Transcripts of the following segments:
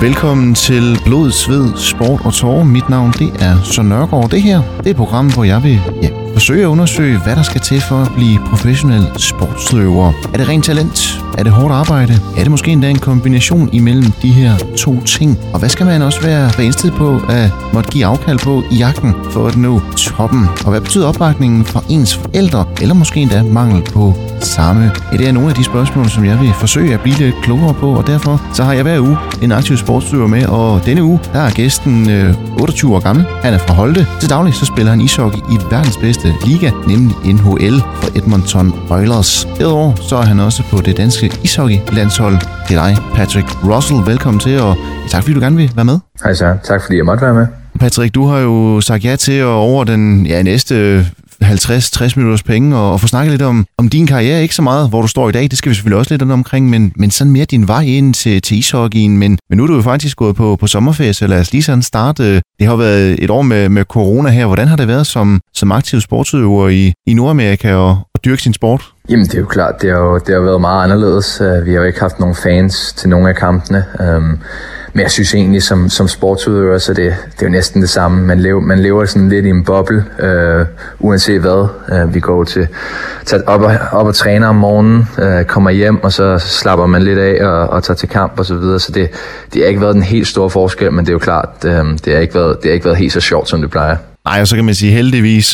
Velkommen til Blod, Sved, Sport og Tårer. Mit navn det er Søren Nørgaard. Det her det er et program, hvor jeg vil forsøge at undersøge, hvad der skal til for at blive professionel sportsudøver. Er det rent talent? Er det hårdt arbejde? Er det måske endda en kombination imellem de her to ting? Og hvad skal man også være indstillet på at måtte give afkald på i jagten for at nå toppen? Og hvad betyder opbakningen fra ens forældre? Eller måske endda mangel på samme? Ja, det er nogle af de spørgsmål, som jeg vil forsøge at blive lidt klogere på, og derfor så har jeg hver uge en aktiv sportsudøver med, og denne uge der er gæsten 28 år gammel. Han er fra Holte. Til daglig så spiller han ishockey i verdens bedste liga, nemlig NHL for Edmonton Oilers. Derudover så er han også på det danske ishockey-landshold. Det er dig, Patrick Russell. Velkommen til, og tak fordi du gerne vil være med. Hej så, tak fordi jeg måtte være med. Patrick, du har jo sagt ja til at over den næste 50-60 minutters penge og få snakket lidt om din karriere. Ikke så meget, hvor du står i dag, det skal vi selvfølgelig også lidt omkring, men sådan mere din vej ind til ishockeyen. Men nu er du jo faktisk gået på sommerferie, så lad os lige sådan starte. Det har været et år med corona her. Hvordan har det været som aktiv sportsudøver i Nordamerika og dyrke sin sport? Jamen det er jo klart, det har været meget anderledes. Vi har jo ikke haft nogen fans til nogle af kampene. Men jeg synes egentlig, som sportsudøver, så det er jo næsten det samme. Man lever sådan lidt i en boble, uanset hvad. Vi går tager op og træner om morgenen, kommer hjem, og så slapper man lidt af og tager til kamp og så videre. Så det har ikke været den helt store forskel, men det er jo klart, det har ikke været helt så sjovt, som det plejer. Nej, og så kan man sige, heldigvis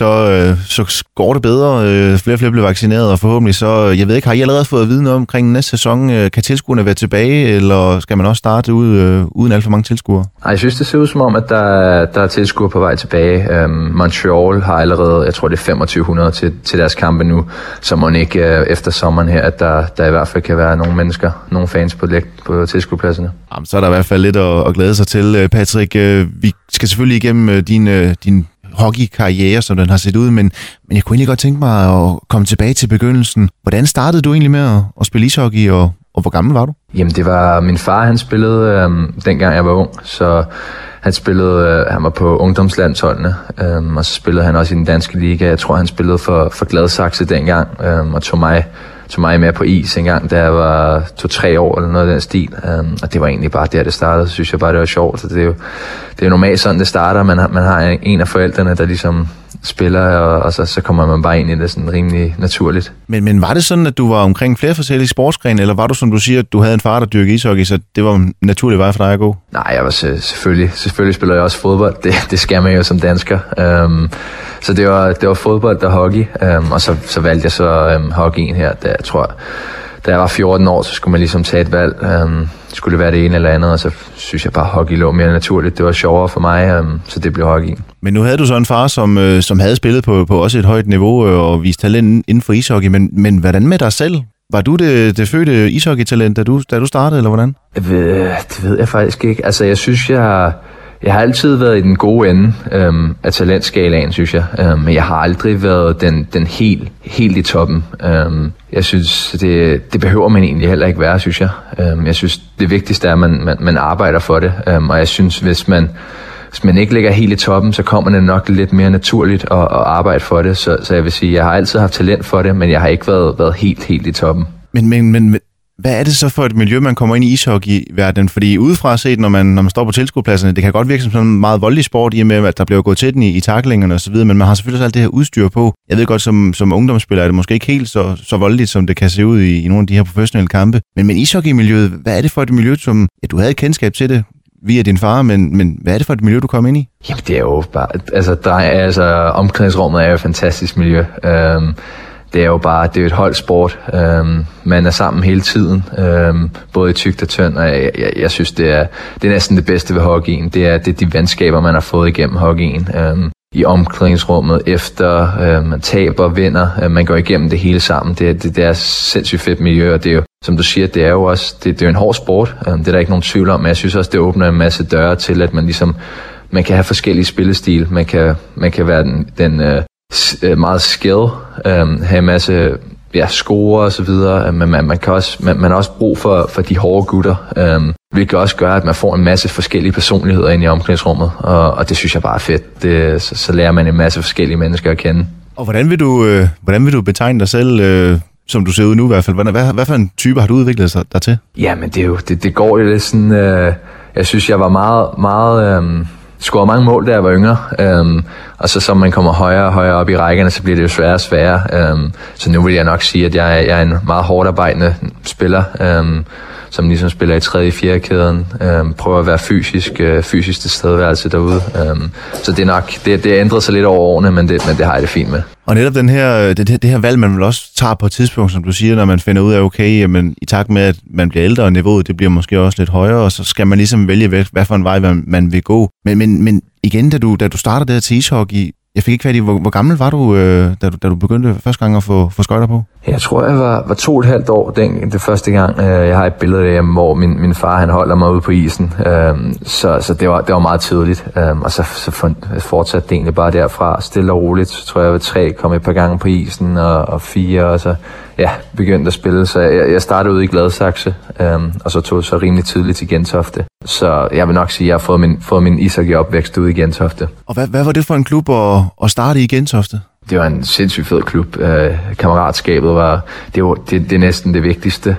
så går det bedre. Flere bliver vaccineret, og forhåbentlig så, jeg ved ikke, har I allerede fået viden omkring næste sæson? Kan tilskuerne være tilbage, eller skal man også starte uden alt for mange tilskuere? Nej, jeg synes, det ser ud som om, at der er tilskuere på vej tilbage. Montreal har allerede, jeg tror det er 2500 til deres kampe nu, så må ikke efter sommeren her, at der i hvert fald kan være nogle mennesker, nogle fans på tilskuerpladserne. Jamen, så er der i hvert fald lidt at glæde sig til, Patrick. Vi skal selvfølgelig igennem din hockeykarriere, som den har set ud, men jeg kunne egentlig godt tænke mig at komme tilbage til begyndelsen. Hvordan startede du egentlig med at spille ishockey, og hvor gammel var du? Jamen, det var min far, han spillede dengang jeg var ung, så han var på ungdomslandsholdene, og så spillede han også i den danske liga. Jeg tror, han spillede for Gladsaxe dengang, og tog mig med på is en gang, da jeg var 2-3 år eller noget af den stil. Og det var egentlig bare der, det startede. Så synes jeg bare, det var sjovt. Så det er jo normalt sådan, det starter. Man har en af forældrene, der ligesom spiller, og så kommer man bare ind i det sådan rimelig naturligt. Men var det sådan, at du var omkring flere forskellige sportsgrene, eller var du, som du siger, at du havde en far, der dyrkede ishockey, så det var en naturlig vej for dig at gå? Nej, jeg var selvfølgelig spiller jeg også fodbold. Det skal man jo som dansker. Så det var fodbold og hockey, og så valgte jeg så hockeyen her, da jeg var 14 år, så skulle man ligesom tage et valg. Skulle det være det ene eller andet, og så synes jeg bare, at hockey lå mere naturligt. Det var sjovere for mig, så det blev hockey. Men nu havde du så en far, som havde spillet på også et højt niveau og vist talent inden for ishockey, men hvordan med dig selv? Var du det fødte ishockeytalent, da du startede, eller hvordan? Det ved jeg faktisk ikke. Altså, jeg synes, jeg har altid været i den gode ende af talentskalaen, synes jeg. Men jeg har aldrig været den helt i toppen. Jeg synes, det behøver man egentlig heller ikke være, synes jeg. Jeg synes, det vigtigste er, at man arbejder for det. Og jeg synes, hvis man ikke ligger helt i toppen, så kommer det nok lidt mere naturligt at arbejde for det. Så jeg vil sige, jeg har altid haft talent for det, men jeg har ikke været helt i toppen. Men hvad er det så for et miljø, man kommer ind i ishockey-verdenen? Fordi udefra set, når man står på tilskuerpladserne, det kan godt virke som sådan en meget voldelig sport, i og med, at der bliver gået til den i taklingerne og så videre, men man har selvfølgelig også alt det her udstyr på. Jeg ved godt, som ungdomsspiller er det måske ikke helt så voldeligt, som det kan se ud i nogle af de her professionelle kampe. Men ishockey-miljøet, hvad er det for et miljø, som du havde kendskab til det via din far, men hvad er det for et miljø, du kom ind i? Jamen, det er jo bare, omklædningsrummet er jo et fantastisk miljø. Det er jo et holdsport. Man er sammen hele tiden, både i tykt og tynd, og jeg synes, det er næsten det bedste ved hockeyen. Det er de venskaber, man har fået igennem hockeyen. I omklædningsrummet, efter man taber og vinder, man går igennem det hele sammen. Det er sindssygt fedt miljø, og det er jo, som du siger, det er jo også det er jo en hård sport. Det er der ikke nogen tvivl om, men jeg synes også, det åbner en masse døre til, at man kan have forskellige spillestil. Man kan være den meget skill, have en masse score og så videre, men man har også brug for de hårde gutter, hvilket også gør, at man får en masse forskellige personligheder ind i omklædningsrummet, og det synes jeg bare er fedt. Så lærer man en masse forskellige mennesker at kende. Og hvordan vil du betegne dig selv, som du ser ud nu i hvert fald? Hvad for en type har du udviklet dig til? Jamen, det går jo lidt sådan... Jeg synes, jeg var meget scorede mange mål, da jeg var yngre, og så som man kommer højere og højere op i rækkerne, så bliver det jo sværere og sværere. Så nu vil jeg nok sige, at jeg er en meget hårdt arbejdende spiller, som ligesom spiller i 3. og 4. kæden, prøver at være fysisk tilstedeværelse derude. Så det er nok, det ændret sig lidt over årene, men det har jeg det fint med. Og netop det her valg, man vel også tager på et tidspunkt, som du siger, når man finder ud af, okay, men i takt med, at man bliver ældre, og niveauet det bliver måske også lidt højere, og så skal man ligesom vælge, hvad for en vej man vil gå. Men igen, da du startede der til ishockey, jeg fik ikke fat i, hvor gammel var du, da du begyndte første gang at få skøjter på? Jeg tror, jeg var 2,5 år det første gang. Jeg har et billede derhjemme, hvor min far han holder mig ude på isen. Så det var meget tydeligt. Og så fortsatte det egentlig bare derfra, stille og roligt. Så tror jeg var 3, kom et par gange på isen, og 4, og så begyndte at spille. Så jeg startede ude i Gladsaxe, og så tog så rimelig tidligt til Gentofte. Så jeg vil nok sige, at jeg har fået min ishockey-opvækst ude i Gentofte. Og hvad var det for en klub at starte i Gentofte? Det var en sindssygt fed klub. Kammeratskabet det er næsten det vigtigste.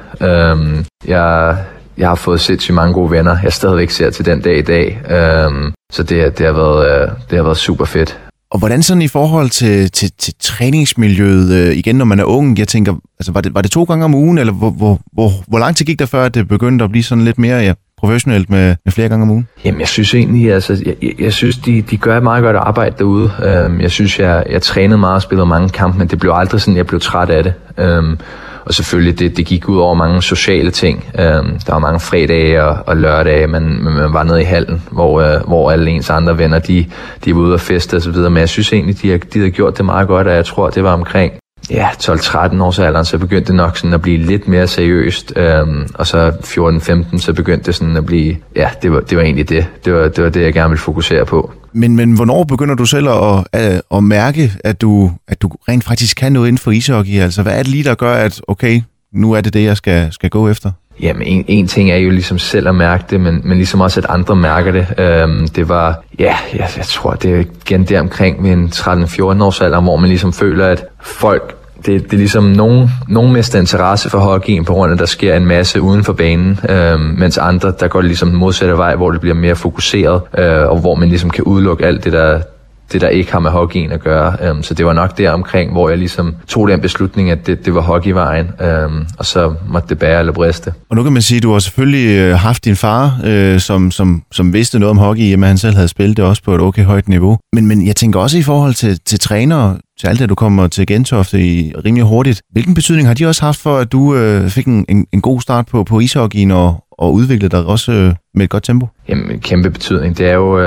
Jeg har fået sindssygt mange gode venner. Jeg stadigvæk ser til den dag i dag. Så det har været super fedt. Og hvordan sådan i forhold til træningsmiljøet, igen når man er ung, jeg tænker, altså var det 2 gange om ugen, eller hvor lang tid gik der før, at det begyndte at blive sådan lidt mere professionelt med flere gange om ugen? Jamen jeg synes egentlig, jeg synes de gør et meget godt arbejde derude. Jeg synes, jeg trænede meget og spillede mange kampe, men det blev aldrig sådan, jeg blev træt af det. Og selvfølgelig, det gik ud over mange sociale ting. Der var mange fredage og lørdage, man var nede i hallen, hvor alle ens andre venner, de var ude og feste og så videre. Men jeg synes egentlig, de havde gjort det meget godt, og jeg tror, det var omkring 12-13 års alderen, så begyndte det nok sådan at blive lidt mere seriøst. Og så 14-15, så begyndte det sådan at blive, det var egentlig det. Det var det, jeg gerne ville fokusere på. Men hvornår begynder du selv at mærke, at du rent faktisk kan noget inden for ishockey? Altså, hvad er det lige, der gør, at okay, nu er det, jeg skal gå efter? Jamen, en ting er jo ligesom selv at mærke det, men ligesom også, at andre mærker det. Det var, jeg tror, det er igen der omkring ved en 13-14 års alder, hvor man ligesom føler, at folk, det er ligesom nogen mister interesse for hockeyen på grund af, at der sker en masse uden for banen, mens andre, der går det ligesom modsatte vej, hvor det bliver mere fokuseret, og hvor man ligesom kan udelukke alt det, der ikke har med hockeyen at gøre. Så det var nok der omkring, hvor jeg ligesom tog den beslutning, at det var hockeyvejen, og så måtte det bære eller briste. Og nu kan man sige, at du har selvfølgelig haft din far, som vidste noget om hockey, men han selv havde spillet det også på et okay højt niveau. Men jeg tænker også i forhold til trænere, til alt det, du kommer til Gentofte i rimelig hurtigt. Hvilken betydning har de også haft for, at du fik en god start på ishockeyen og udviklede dig også med et godt tempo? Jamen, kæmpe betydning. Det er jo,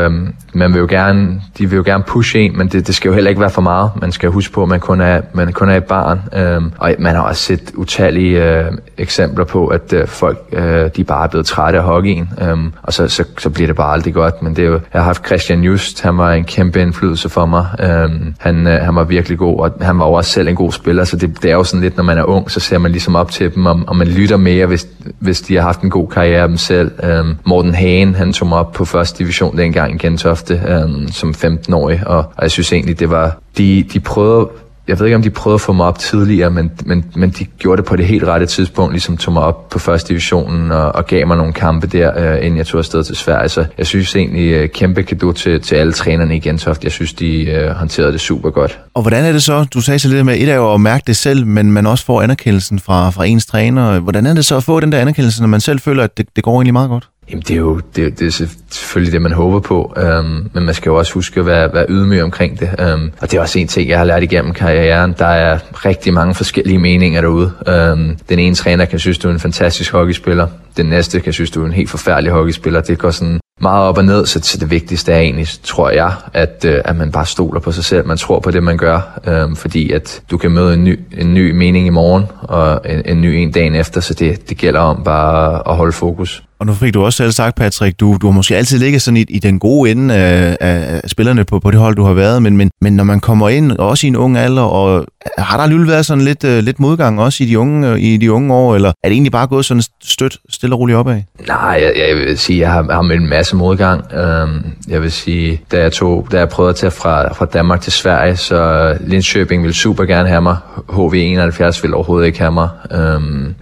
de vil jo gerne pushe en, men det skal jo heller ikke være for meget. Man skal huske på, at man kun er et barn. Og man har også set utallige eksempler på, at folk de bare er blevet trætte af hockeyen. Og så bliver det bare aldrig godt. Men det er jo, jeg har haft Christian Just, han var en kæmpe indflydelse for mig. Han var virkelig god, og han var jo også selv en god spiller. Så det er jo sådan lidt, når man er ung, så ser man ligesom op til dem, og man lytter mere, hvis de har haft en god karriere dem selv. Morten Hagen, han tog mig op på første division dengang i Gentofte som 15-årig, og jeg synes egentlig, det var, de prøvede, jeg ved ikke om de prøvede at få mig op tidligere, men de gjorde det på det helt rette tidspunkt, ligesom tog mig op på første divisionen og gav mig nogle kampe der, inden jeg tog afsted til Sverige. Så jeg synes egentlig kæmpe cadeau til alle trænerne i Gentofte. Jeg synes, de håndterede det super godt. Og hvordan er det så? Du sagde så lidt med, et er jo at mærke det selv, men man også får anerkendelsen fra ens træner. Hvordan er det så at få den der anerkendelse, når man selv føler, at det går egentlig meget godt? Jamen det er selvfølgelig det, man håber på, men man skal jo også huske at være ydmyg omkring det. Og det er også en ting, jeg har lært igennem karrieren. Der er rigtig mange forskellige meninger derude. Den ene træner kan synes, du er en fantastisk hockeyspiller. Den næste kan synes, du er en helt forfærdelig hockeyspiller. Det går sådan meget op og ned, så det vigtigste er egentlig, tror jeg, at man bare stoler på sig selv. Man tror på det, man gør, fordi at du kan møde en ny mening i morgen, og en ny en dagen efter, så det gælder om bare at holde fokus. Og nu fik du også selv sagt, Patrick, du har måske altid ligget sådan i den gode ende af spillerne på det hold, du har været, men når man kommer ind, også i en ung alder, og har der alligevel været sådan lidt modgang også i de unge år, eller er det egentlig bare gået sådan stødt, stille og roligt opad? Nej, jeg vil sige, jeg har mødt en masse modgang. Jeg vil sige, da jeg prøvede at tage fra Danmark til Sverige, så Linköping ville super gerne have mig. HV71 ville overhovedet ikke have mig.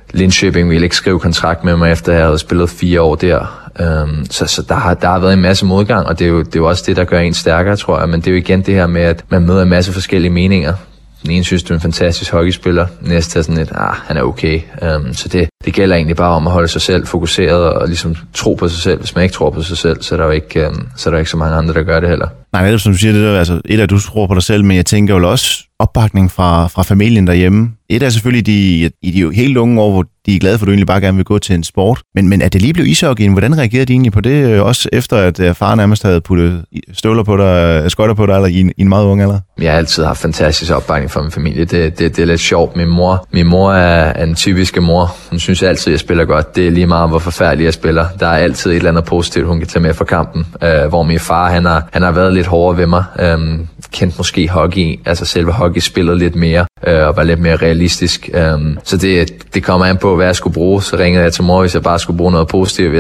Linköping ville ikke skrive kontrakt med mig, efter jeg havde spillet 4 år der. Så der har været en masse modgang, og det er jo også det, der gør en stærkere, tror jeg. Men det er jo igen det her med, at man møder en masse forskellige meninger. Den ene synes, du er en fantastisk hockeyspiller. Næste er sådan lidt, han er okay. Så det gælder egentlig bare om at holde sig selv fokuseret og ligesom tro på sig selv. Hvis man ikke tror på sig selv, så er der jo ikke, så mange andre, der gør det heller. Nej, det er som du siger, det der, altså et af du tror på dig selv, men jeg tænker jo også opbakning fra familien derhjemme. Et er selvfølgelig i de helt unge år, hvor de er glade for, at du egentlig bare gerne vil gå til en sport. Men at det lige blev ishockeyen, hvordan reagerede de egentlig på det? Også efter, at far nærmest havde puttet støvler på dig, skøjter på dig, eller i en meget ung alder? Jeg har altid haft fantastisk opbakning fra min familie. Det er lidt sjovt. Min mor er en typiske mor. Hun synes altid, at jeg spiller godt. Det er lige meget, hvor forfærdelig jeg spiller. Der er altid et eller andet positivt, hun kan tage med fra kampen. Hvor min far, han har været lidt hårdere ved mig. Kendt måske hockey, altså selve hockey spillet lidt mere, og var lidt mere realistisk. Så det kommer an på, hvad jeg skulle bruge. Så ringede jeg til mor, hvis jeg bare skulle bruge noget positivt.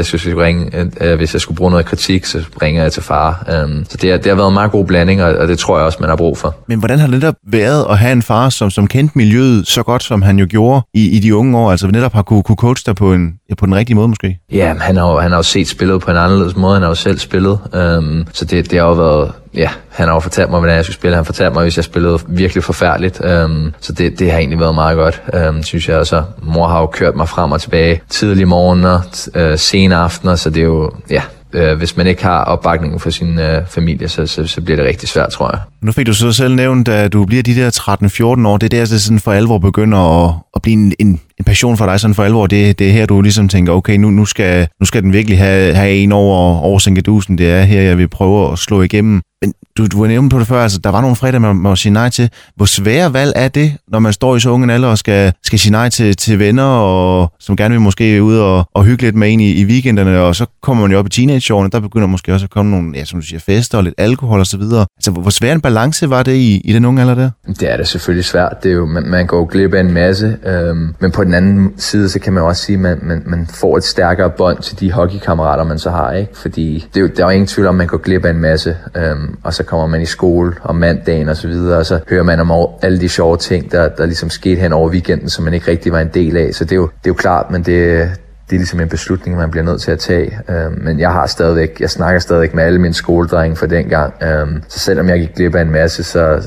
Hvis jeg skulle bruge noget kritik, så ringer jeg til far. Så det har været en meget god blanding, og det tror jeg også, man har brug for. Men hvordan har det netop været at have en far, som kendte miljøet så godt, som han jo gjorde i de unge år? Altså netop har kunne coache dig på den rigtige måde måske? Ja, han har jo set spillet på en anderledes måde. Han har jo selv spillet. Så det har jo været... Ja, han har jo fortalt mig, hvordan jeg skulle spille. Han fortalte mig, hvis jeg spillede virkelig forfærdeligt. Så det har egentlig været meget godt, synes jeg. Så mor har jo kørt mig frem og tilbage tidlige morgener, sene aftener, så det er jo... Ja, hvis man ikke har opbakningen for sin familie, så bliver det rigtig svært, tror jeg. Nu fik du så selv nævnt, at du bliver de der 13-14 år. Det er der, det sådan for alvor begynder at blive en passion for dig sådan for alvor. Det er her, du ligesom tænker, okay, nu skal den virkelig have en over Sinkedusen. Det er her, jeg vil prøve at slå igennem. Men du var nævnt på det før, altså der var nogle fredag, man må sige nej til. Hvor svære valg er det, når man står i så unge alder og skal sige nej til venner, og som gerne vil måske ud og hygge lidt med en i weekenderne, og så kommer man jo op i teenageårene, der begynder måske også at komme nogle, ja, som du siger, fester og lidt alkohol og så videre. Altså hvor svær en balance var det i den unge alder der? Det er det selvfølgelig svært. Det er jo, man går glip af en masse, men på den anden side, så kan man også sige, at man får et stærkere bånd til de hockeykammerater, man så har, ikke? Fordi der er jo ingen tvivl om, man går glip af en masse, og så kommer man i skole om mandagen og så videre, og så hører man om alle de sjove ting, der ligesom skete hen over weekenden, som man ikke rigtig var en del af. Så det er jo klart, men det er ligesom en beslutning, man bliver nødt til at tage. Men jeg snakker stadigvæk med alle mine skoledrenge fra dengang. Så selvom jeg gik glip af en masse,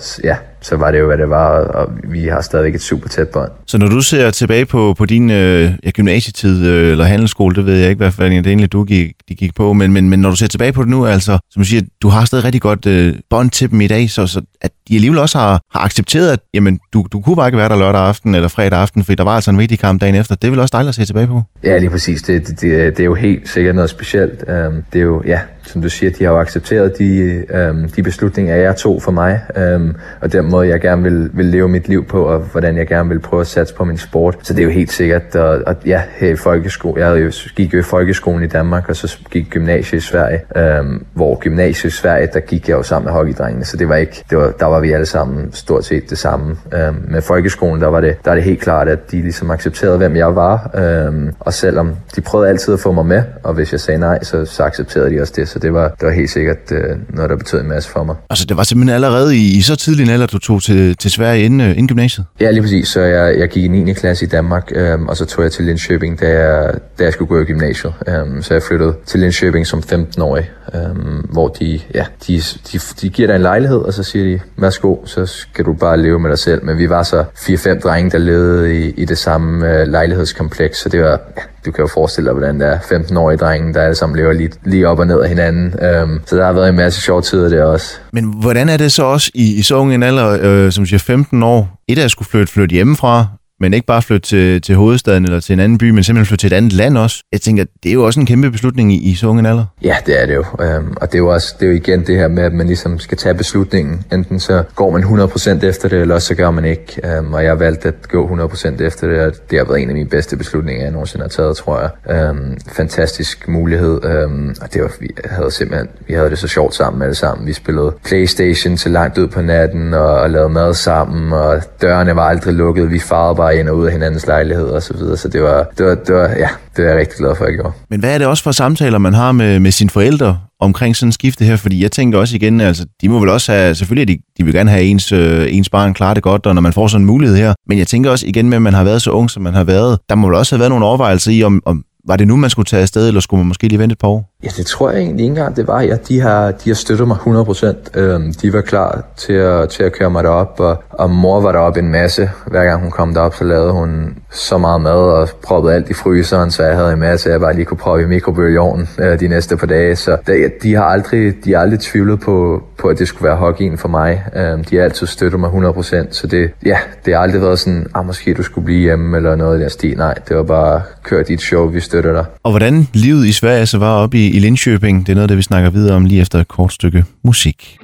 så var det jo, hvad det var, og vi har stadigvæk et super tæt bånd. Så når du ser tilbage på din gymnasietid eller handelsskole, det ved jeg ikke, hvad for det egentlig du gik på, men når du ser tilbage på det nu, altså, som du siger, du har stadig rigtig godt bånd til dem i dag, så at de alligevel også har accepteret, at jamen, du kunne bare ikke være der lørdag aften eller fredag aften, fordi der var altså en vigtig kamp dagen efter. Det er vel også dejligt at se tilbage på? Ja, lige præcis. Det er jo helt sikkert noget specielt. Det er jo, ja, som du siger, de har jo accepteret de beslutninger, jeg tog for mig, og den måde, jeg gerne vil leve mit liv på, og hvordan jeg gerne vil prøve at satse på min sport. Så det er jo helt sikkert, og ja, her i folkeskole, gik jo i folkeskolen i Danmark, og så gik gymnasiet i Sverige, hvor gymnasiet i Sverige, der gik jeg jo sammen med hockeydrengene, så der var vi alle sammen stort set det samme. Med folkeskolen, der er det helt klart, at de ligesom accepterede, hvem jeg var, og selvom de prøvede altid at få mig med, og hvis jeg sagde nej, så accepterede de også det, så det var helt sikkert noget, der betød en masse for mig. Altså det var simpelthen allerede i så tidlig en alder, du tog til Sverige inden gymnasiet? Ja, lige præcis. Så jeg gik i 9. klasse i Danmark, og så tog jeg til Linköping, da jeg skulle gå i gymnasiet. Så jeg flyttede til Linköping som 15-årig, hvor de giver dig en lejlighed, og så siger de, værsgo, så skal du bare leve med dig selv. Men vi var så 4-5 drenge, der levede i det samme lejlighedskompleks, så det var... Ja, du kan jo forestille dig, hvordan der er 15-årige drenge, der alle sammen lever lige op og ned af hinanden. Så der har været en masse sjove tider der også. Men hvordan er det så også i så unge en alder, som siger 15 år? Et af at skulle flytte hjemmefra, men ikke bare flytte til hovedstaden eller til en anden by, men simpelthen flytte til et andet land også. Jeg tænker, det er jo også en kæmpe beslutning i så unge en alder. Ja, det er det jo. Og det er jo igen det her med, at man ligesom skal tage beslutningen. Enten så går man 100% efter det, eller også så gør man ikke. Og jeg har valgt at gå 100% efter det, og det har været en af mine bedste beslutninger, jeg nogensinde har taget, tror jeg. Fantastisk mulighed. Og det var, vi havde det så sjovt sammen alle sammen. Vi spillede PlayStation til langt ud på natten, og lavede mad sammen, og dørene var aldrig lukket. Vi farede bare vej ind og ud af hinandens lejlighed og så videre. Så det var det er jeg rigtig glad for, at jeg gjorde. Men hvad er det også for samtaler, man har med sine forældre omkring sådan en skifte her? Fordi jeg tænker også igen, altså de må vel også have, selvfølgelig de vil gerne have ens barn klare det godt, og når man får sådan en mulighed her. Men jeg tænker også igen med, at man har været så ung, som man har været, der må vel også have været nogle overvejelser i, om var det nu, man skulle tage afsted, eller skulle man måske lige vente et par år? Ja, det tror jeg egentlig ikke engang, det var. Ja, de har støttet mig 100%. De var klar til at køre mig derop, og mor var deroppe en masse. Hver gang hun kom derop, så lavede hun så meget mad og proppede alt i fryseren, så jeg havde en masse, jeg bare lige kunne proppe i mikrobølgeovnen de næste par dage. Så de har aldrig tvivlet på, at det skulle være hockeyen for mig. De har altid støttet mig 100%, så det har aldrig været sådan, måske du skulle blive hjemme eller noget i den stil. Nej, det var bare, kør dit show, vi støtter dig. Og hvordan livet i Sverige så var oppe i Linköping, det er noget, det vi snakker videre om lige efter et kort stykke musik.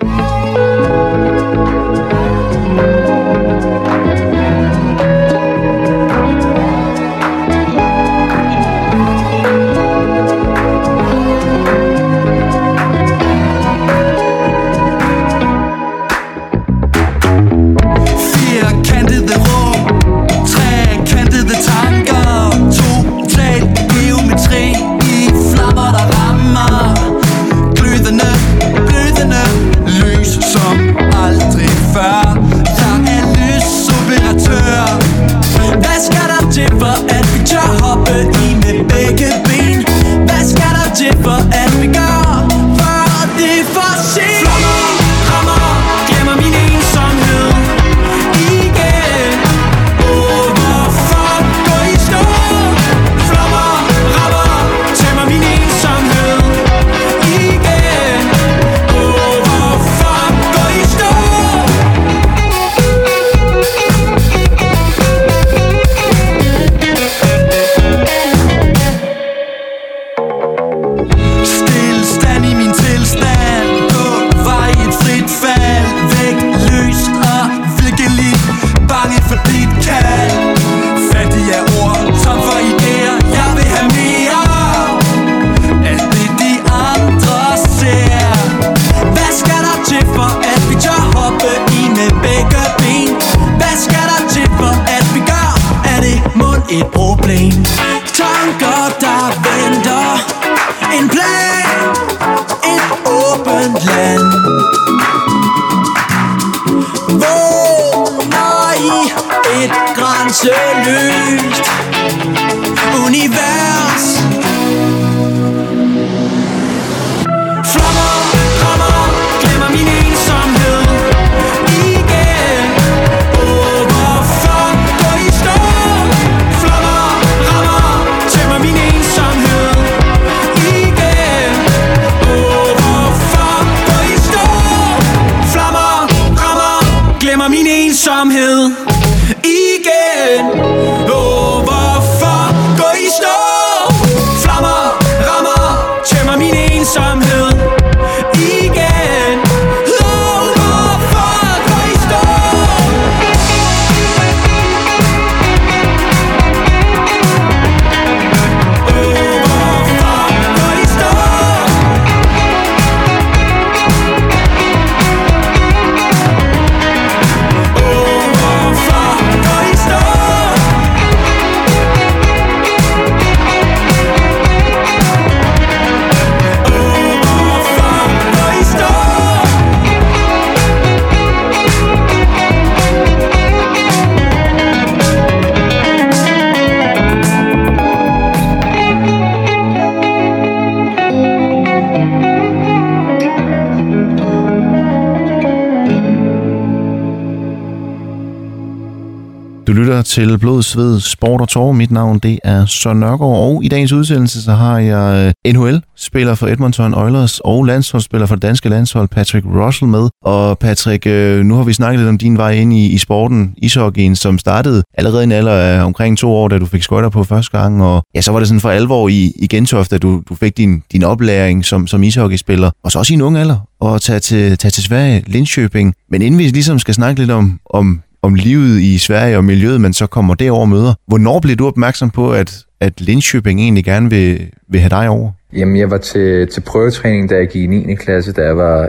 Du lytter til Blod, Sved, Sport og Tårer. Mit navn, det er Søren Nørgaard, og i dagens udsendelse så har jeg NHL-spiller for Edmonton Oilers og landsholdsspiller for det danske landshold, Patrick Russell, med. Og Patrick, nu har vi snakket lidt om din vej ind i sporten, ishockeyen, som startede allerede i en alder af omkring 2 år, da du fik skøjter på første gang, og ja, så var det sådan for alvor i Gentofte, at du fik din oplæring som ishockeyspiller, og så også i en ung alder, og tage til Sverige, Linköping. Men inden vi ligesom skal snakke lidt om livet i Sverige og miljøet, man så kommer derover og møder. Hvornår blev du opmærksom på, at Linköping egentlig gerne vil have dig over? Jamen, jeg var til prøvetræning, da jeg gik i 9. klasse, da jeg var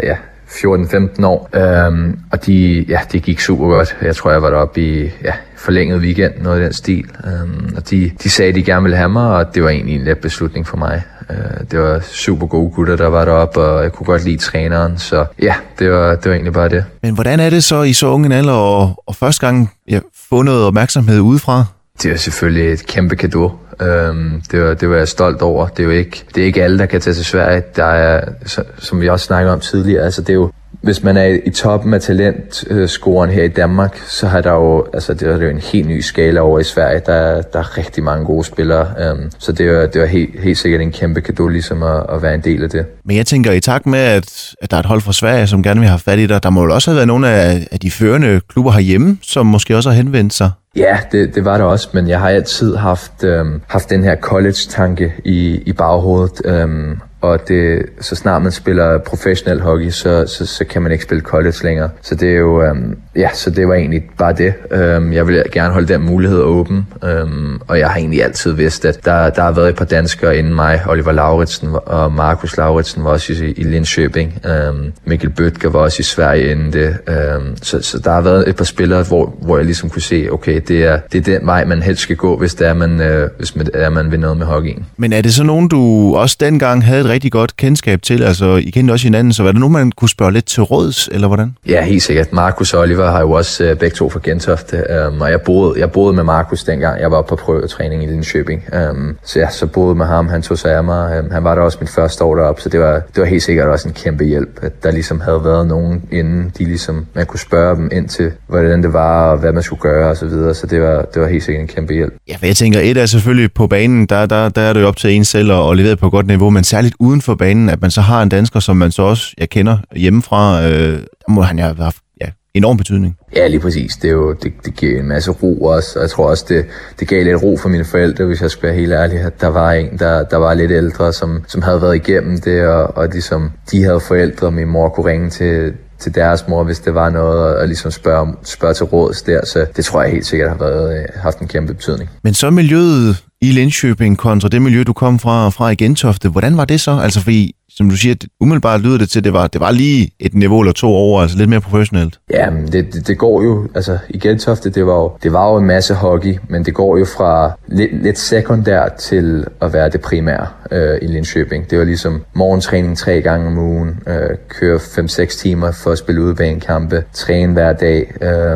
14-15 år. Og det gik super godt. Jeg tror, jeg var deroppe i forlænget weekend, noget i den stil. Og de sagde, at de gerne ville have mig, og det var egentlig en let beslutning for mig. Det var super gode gutter, der var deroppe, og jeg kunne godt lide træneren, så ja, det var egentlig bare det. Men hvordan er det så i så unge en alder og første gang få noget opmærksomhed udefra? Det er selvfølgelig et kæmpe cadeau. Det var jeg stolt over. Det er ikke alle, der kan tage til Sverige. Der er, som vi også snakkede om tidligere, altså det er jo, hvis man er i toppen af talentscoren her i Danmark, så har der jo, altså det er jo en helt ny skala over i Sverige. Der er rigtig mange gode spillere, så det var helt sikkert en kæmpe cadeau ligesom at være en del af det. Men jeg tænker, i takt med, at der er et hold fra Sverige, som gerne vil have fat i dig, der må jo også have været nogle af de førende klubber herhjemme, som måske også har henvendt sig. Ja, det var der også, men jeg har altid haft den her college-tanke i baghovedet. Og så snart man spiller professionel hockey, så kan man ikke spille college længere. Så det er jo, så det var egentlig bare det. Jeg vil gerne holde den mulighed åben, og jeg har egentlig altid vidst, at der har været et par danskere inden mig. Oliver Lauritsen og Markus Lauritsen var også i Linköping. Mikkel Bødker var også i Sverige inden det. Så der har været et par spillere, hvor jeg ligesom kunne se, okay, det er den vej, man helst skal gå, hvis man vil noget med hockeyen. Men er det så nogen, du også dengang havde et rigtig godt kendskab til? Altså, I kendte også hinanden, så var det nogen, man kunne spørge lidt til råds, eller hvordan? Ja, helt sikkert. Markus og Oliver har jo også begge to fra Gentofte, og jeg boede med Markus dengang. Jeg var på prøvetræning i Linköping, så boede med ham. Han tog sig af mig. Han var der også mit første år deroppe, så det var helt sikkert også en kæmpe hjælp, at der ligesom havde været nogen inden, man kunne spørge dem ind til, hvordan det var, og hvad man skulle gøre, og så videre. Så det var helt sikkert en kæmpe hjælp. Ja, for jeg tænker, et er selvfølgelig på banen, der er det jo op til en selv og levere på et godt niveau, men særligt uden for banen, at man så har en dansker, som man så også kender hjemmefra, må han jo have haft enorm betydning. Ja, lige præcis. Det giver en masse ro også, og jeg tror også, det gav lidt ro for mine forældre, hvis jeg skal være helt ærlig, at der var en, der var lidt ældre, som havde været igennem det, og ligesom de havde forældre, og min mor kunne ringe til deres mor, hvis det var noget, og ligesom spørge til råds der, så det tror jeg helt sikkert har haft en kæmpe betydning. Men så miljøet i Linköping kontra det miljø, du kom fra i Gentofte, hvordan var det så? Altså fordi, som du siger, umiddelbart lyder det til, det var lige et niveau eller to over, altså lidt mere professionelt. Ja, det går jo, altså i Gentofte, det var jo en masse hockey, men det går jo fra lidt sekundært til at være det primære i Linköping. Det var ligesom morgentræning 3 gange om ugen, køre 5-6 timer for at spille udebanekampe, træne hver dag,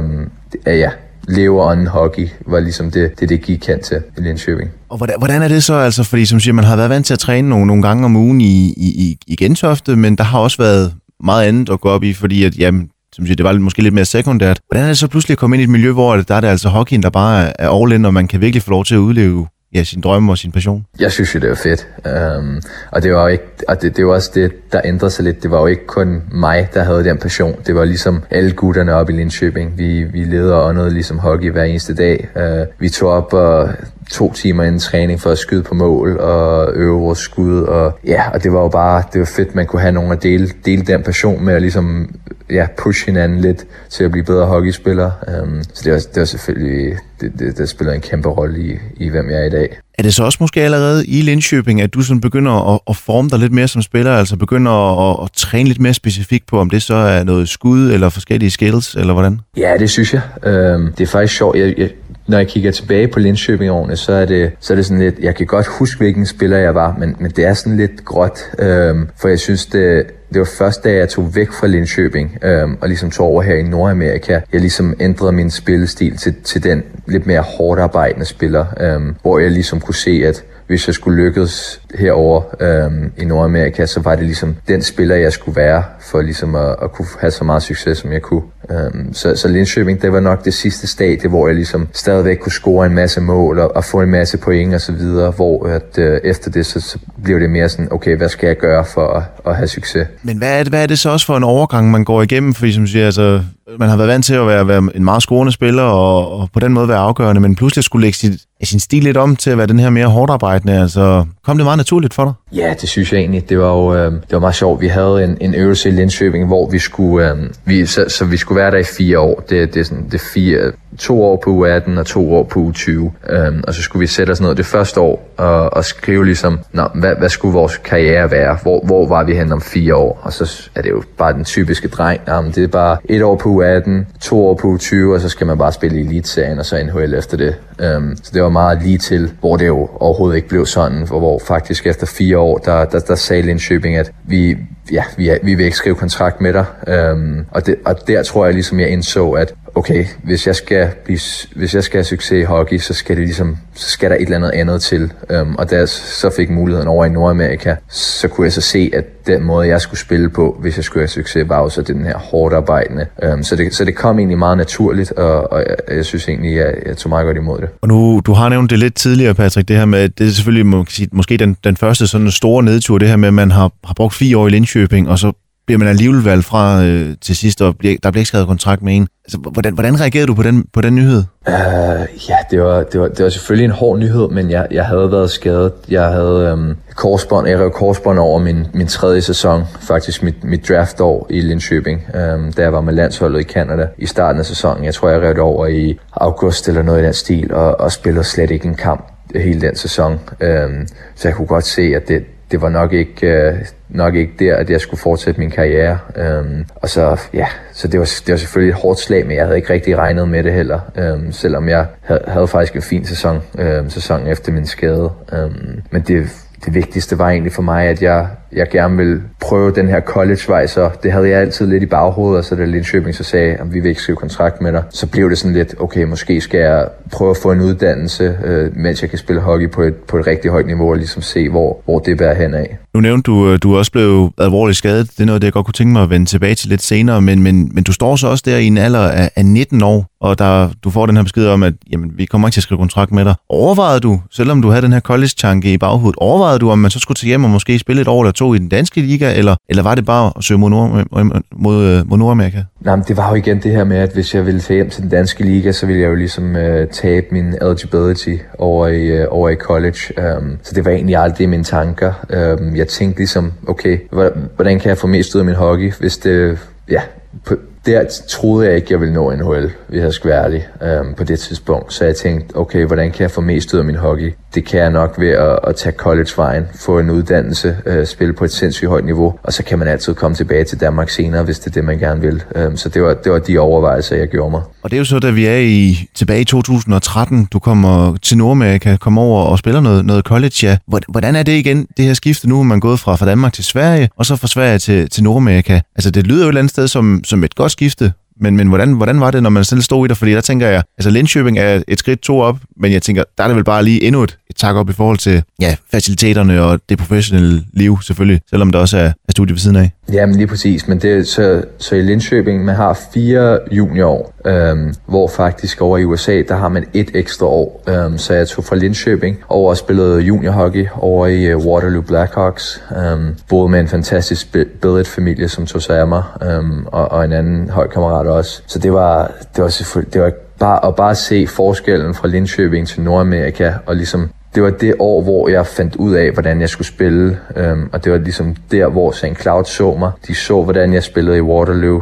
leve og ånden hockey var ligesom det gik kendt til i Linköping. Og hvordan er det så, altså, fordi som siger, man har været vant til at træne nogle gange om ugen i Gentofte, men der har også været meget andet at gå op i, fordi at, jamen, som siger, det var måske lidt mere sekundært. Hvordan er det så pludselig at komme ind i et miljø, hvor der er det altså hockeyen, der bare er all in, og man kan virkelig få lov til at udleve sin drømme og sin passion? Jeg synes jo, det var fedt. Og det var ikke, og det var også det, der ændrede sig lidt. Det var jo ikke kun mig, der havde den passion. Det var ligesom alle gutterne oppe i Linköping. Vi levede og åndede ligesom hockey hver eneste dag. Vi tog op og 2 timer inden træning for at skyde på mål og øve vores skud. Og det var jo bare, det var fedt, man kunne have nogen at dele den passion med at ligesom push hinanden lidt til at blive bedre hockeyspillere. Så det var selvfølgelig, det spiller en kæmpe rolle i hvem jeg er i dag. Er det så også måske allerede i Linköping, at du sådan begynder at forme dig lidt mere som spiller, altså begynder at træne lidt mere specifikt på, om det så er noget skud eller forskellige skills, eller hvordan? Ja, det synes jeg. Det er faktisk sjovt. Når jeg kigger tilbage på Linköping-årene, så er det sådan lidt, jeg kan godt huske, hvilken spiller jeg var, men det er sådan lidt gråt, for jeg synes, det var først, da jeg tog væk fra Linköping, og ligesom tog over her i Nordamerika, jeg ligesom ændrede min spillestil til den lidt mere hårdt arbejdende spiller, hvor jeg ligesom kunne se, at hvis jeg skulle lykkes herover i Nordamerika, så var det ligesom den spiller, jeg skulle være, for ligesom at kunne have så meget succes, som jeg kunne. Så Linköping, det var nok det sidste stadie, hvor jeg ligesom stadigvæk kunne score en masse mål og få en masse point og så videre, hvor efter det, så blev det mere sådan, okay, hvad skal jeg gøre for at have succes? Men hvad er det så også for en overgang, man går igennem? Fordi som siger, altså, man har været vant til at være en meget scorende spiller og på den måde være afgørende, men pludselig skulle lægge sin stil lidt om til at være den her mere hårdt arbejdende? Altså, kom det meget naturligt for dig? Ja, det synes jeg egentlig. Det var meget sjovt. Vi havde en øvelse i Linköping, hvor vi skulle vi skulle være der i 4 år. Det er 2 år på U18 og 2 år på U20. Og så skulle vi sætte os ned det første år og skrive ligesom, hvad skulle vores karriere være? Hvor var vi hen om 4 år? Og så er det jo bare den typiske dreng. Det er bare 1 år på U18, 2 år på U20, og så skal man bare spille i Elitserien og så NHL efter det. Så det var meget lige til, hvor det jo overhovedet ikke blev sådan, hvor faktisk efter 4 år, der sagde Linköping, at vi vil ikke skrive kontrakt med dig. Og der tror jeg ligesom, jeg indså, at okay, hvis jeg skal have succes i hockey, så skal der et eller andet til. Og da jeg så fik muligheden over i Nordamerika, så kunne jeg så se, at den måde, jeg skulle spille på, hvis jeg skulle have succes, var også den her hårdt arbejdende. Så det kom egentlig meget naturligt, og jeg synes egentlig, at jeg tog meget godt imod det. Og nu, du har nævnt det lidt tidligere, Patrick, det her med, det er selvfølgelig måske den første sådan store nedtur, det her med, at man har brugt 4 år i Linköping, og så bliver man alligevel valgt fra til sidst, og der bliver ikke skrevet kontrakt med en. Altså, hvordan reagerede du på den nyhed? Ja, det var selvfølgelig en hård nyhed, men jeg havde været skadet. Jeg havde korsbånd over min 3. sæson, faktisk mit draftår i Linköping, da jeg var med landsholdet i Canada i starten af sæsonen. Jeg tror, jeg rev det over i august eller noget i den stil, og spillede slet ikke en kamp hele den sæson. Så jeg kunne godt se, at det var nok ikke der, at jeg skulle fortsætte min karriere. Og så det var selvfølgelig et hårdt slag, men jeg havde ikke rigtig regnet med det heller. Selvom jeg havde faktisk en fin sæson efter min skade. Men det vigtigste var egentlig for mig, at jeg gerne ville prøve den her college-vej, så det havde jeg altid lidt i baghovedet, og så da Linköping så sagde, at vi vil ikke skrive kontrakt med dig, så blev det sådan lidt, okay, måske skal jeg prøve at få en uddannelse, mens jeg kan spille hockey på et rigtig højt niveau, og ligesom se, hvor det bærer hen af. Nu nævnte du også blev alvorligt skadet. Det er noget, det jeg godt kunne tænke mig at vende tilbage til lidt senere, men du står så også der i en alder af 19 år, og du får den her besked om, at jamen, vi kommer ikke til at skrive kontrakt med dig. Overvejede du, selvom du havde den her college-tanke i baghovedet, om man så skulle tage hjem og måske spille et år eller 2 i den danske liga, eller var det bare at søge mod Nordamerika? Nej, men det var jo igen det her med, at hvis jeg ville tage hjem til den danske liga, så ville jeg jo ligesom tabe min eligibility over i college. Så det var egentlig aldrig mine tanker. Jeg tænkte ligesom, okay, hvordan kan jeg få mest ud af min hockey, hvis det, der troede jeg ikke, jeg ville nå NHL, hvis jeg skal være ærlig, på det tidspunkt. Så jeg tænkte, okay, hvordan kan jeg få mest ud af min hockey? Det kan jeg nok ved at tage college-vejen, få en uddannelse, spille på et sindssygt højt niveau, og så kan man altid komme tilbage til Danmark senere, hvis det er det, man gerne vil. Så det var de overvejelser, jeg gjorde mig. Og det er jo så, da vi er tilbage i 2013, du kommer til Nordamerika, kommer over og spiller noget college, ja. Hvordan er det igen, det her skifte nu, man er gået fra Danmark til Sverige, og så fra Sverige til Nordamerika? Altså, det lyder jo et eller andet sted som et godt skifte, men hvordan var det, når man selv stod i det? Fordi der tænker jeg, altså Linköping er et skridt 2 op, men jeg tænker, der er det vel bare lige endnu et tak op i forhold til faciliteterne og det professionelle liv selvfølgelig, selvom der også er studie ved siden af. Jamen lige præcis, men det så i Linköping, man har 4 juniorår, hvor faktisk over i USA, der har man 1 ekstra år. Så jeg tog fra Linköping over og spillede juniorhockey over i Waterloo Blackhawks, boede med en fantastisk billedfamilie, som tog sig af mig, og en anden holdkammerat også. Så det var selvfølgelig, bare at se forskellen fra Linköping til Nordamerika, og ligesom det var det år, hvor jeg fandt ud af, hvordan jeg skulle spille, og det var ligesom der, hvor St. Cloud så mig. De så, hvordan jeg spillede i Waterloo,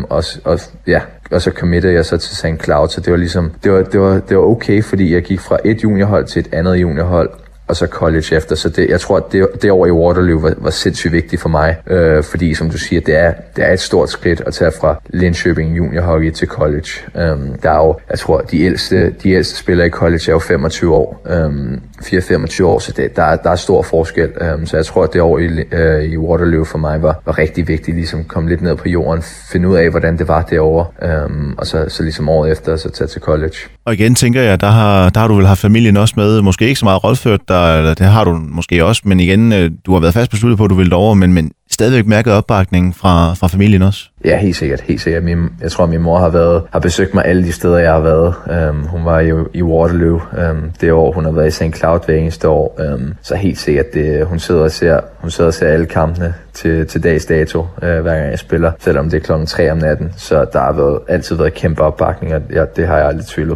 og så committede jeg så til St. Cloud, så det var ligesom, det var okay, fordi jeg gik fra et juniorhold til et andet juniorhold, og så college efter. Så jeg tror, at det år i Waterloo var sindssygt vigtigt for mig, fordi som du siger, det er et stort skridt at tage fra Linköping juniorhockey til college. Der er jo, jeg tror, de ældste spillere i college er jo 25 år. 4-25 år, så der er stor forskel. Så jeg tror, at det år i Waterloo for mig var rigtig vigtigt, ligesom komme lidt ned på jorden, finde ud af, hvordan det var derovre, og så ligesom året efter, så tage til college. Og igen tænker jeg, der har du vel haft familien også med, måske ikke så meget rådført dig, eller det har du måske også, men igen, du har været fast besluttet på, at du ville derover, men stadigvæk mærket opbakningen fra familien også? Ja, helt sikkert. Jeg tror, min mor har besøgt mig alle de steder, jeg har været. Hun var jo i Waterloo det år, hun har været i St. Cloud hver eneste år. Så helt sikkert, hun sidder og ser alle kampene til dags dato, hver gang jeg spiller, selvom det er 3:00 om natten. Så der har altid været kæmpe opbakning, og det har jeg aldrig tvivlet på.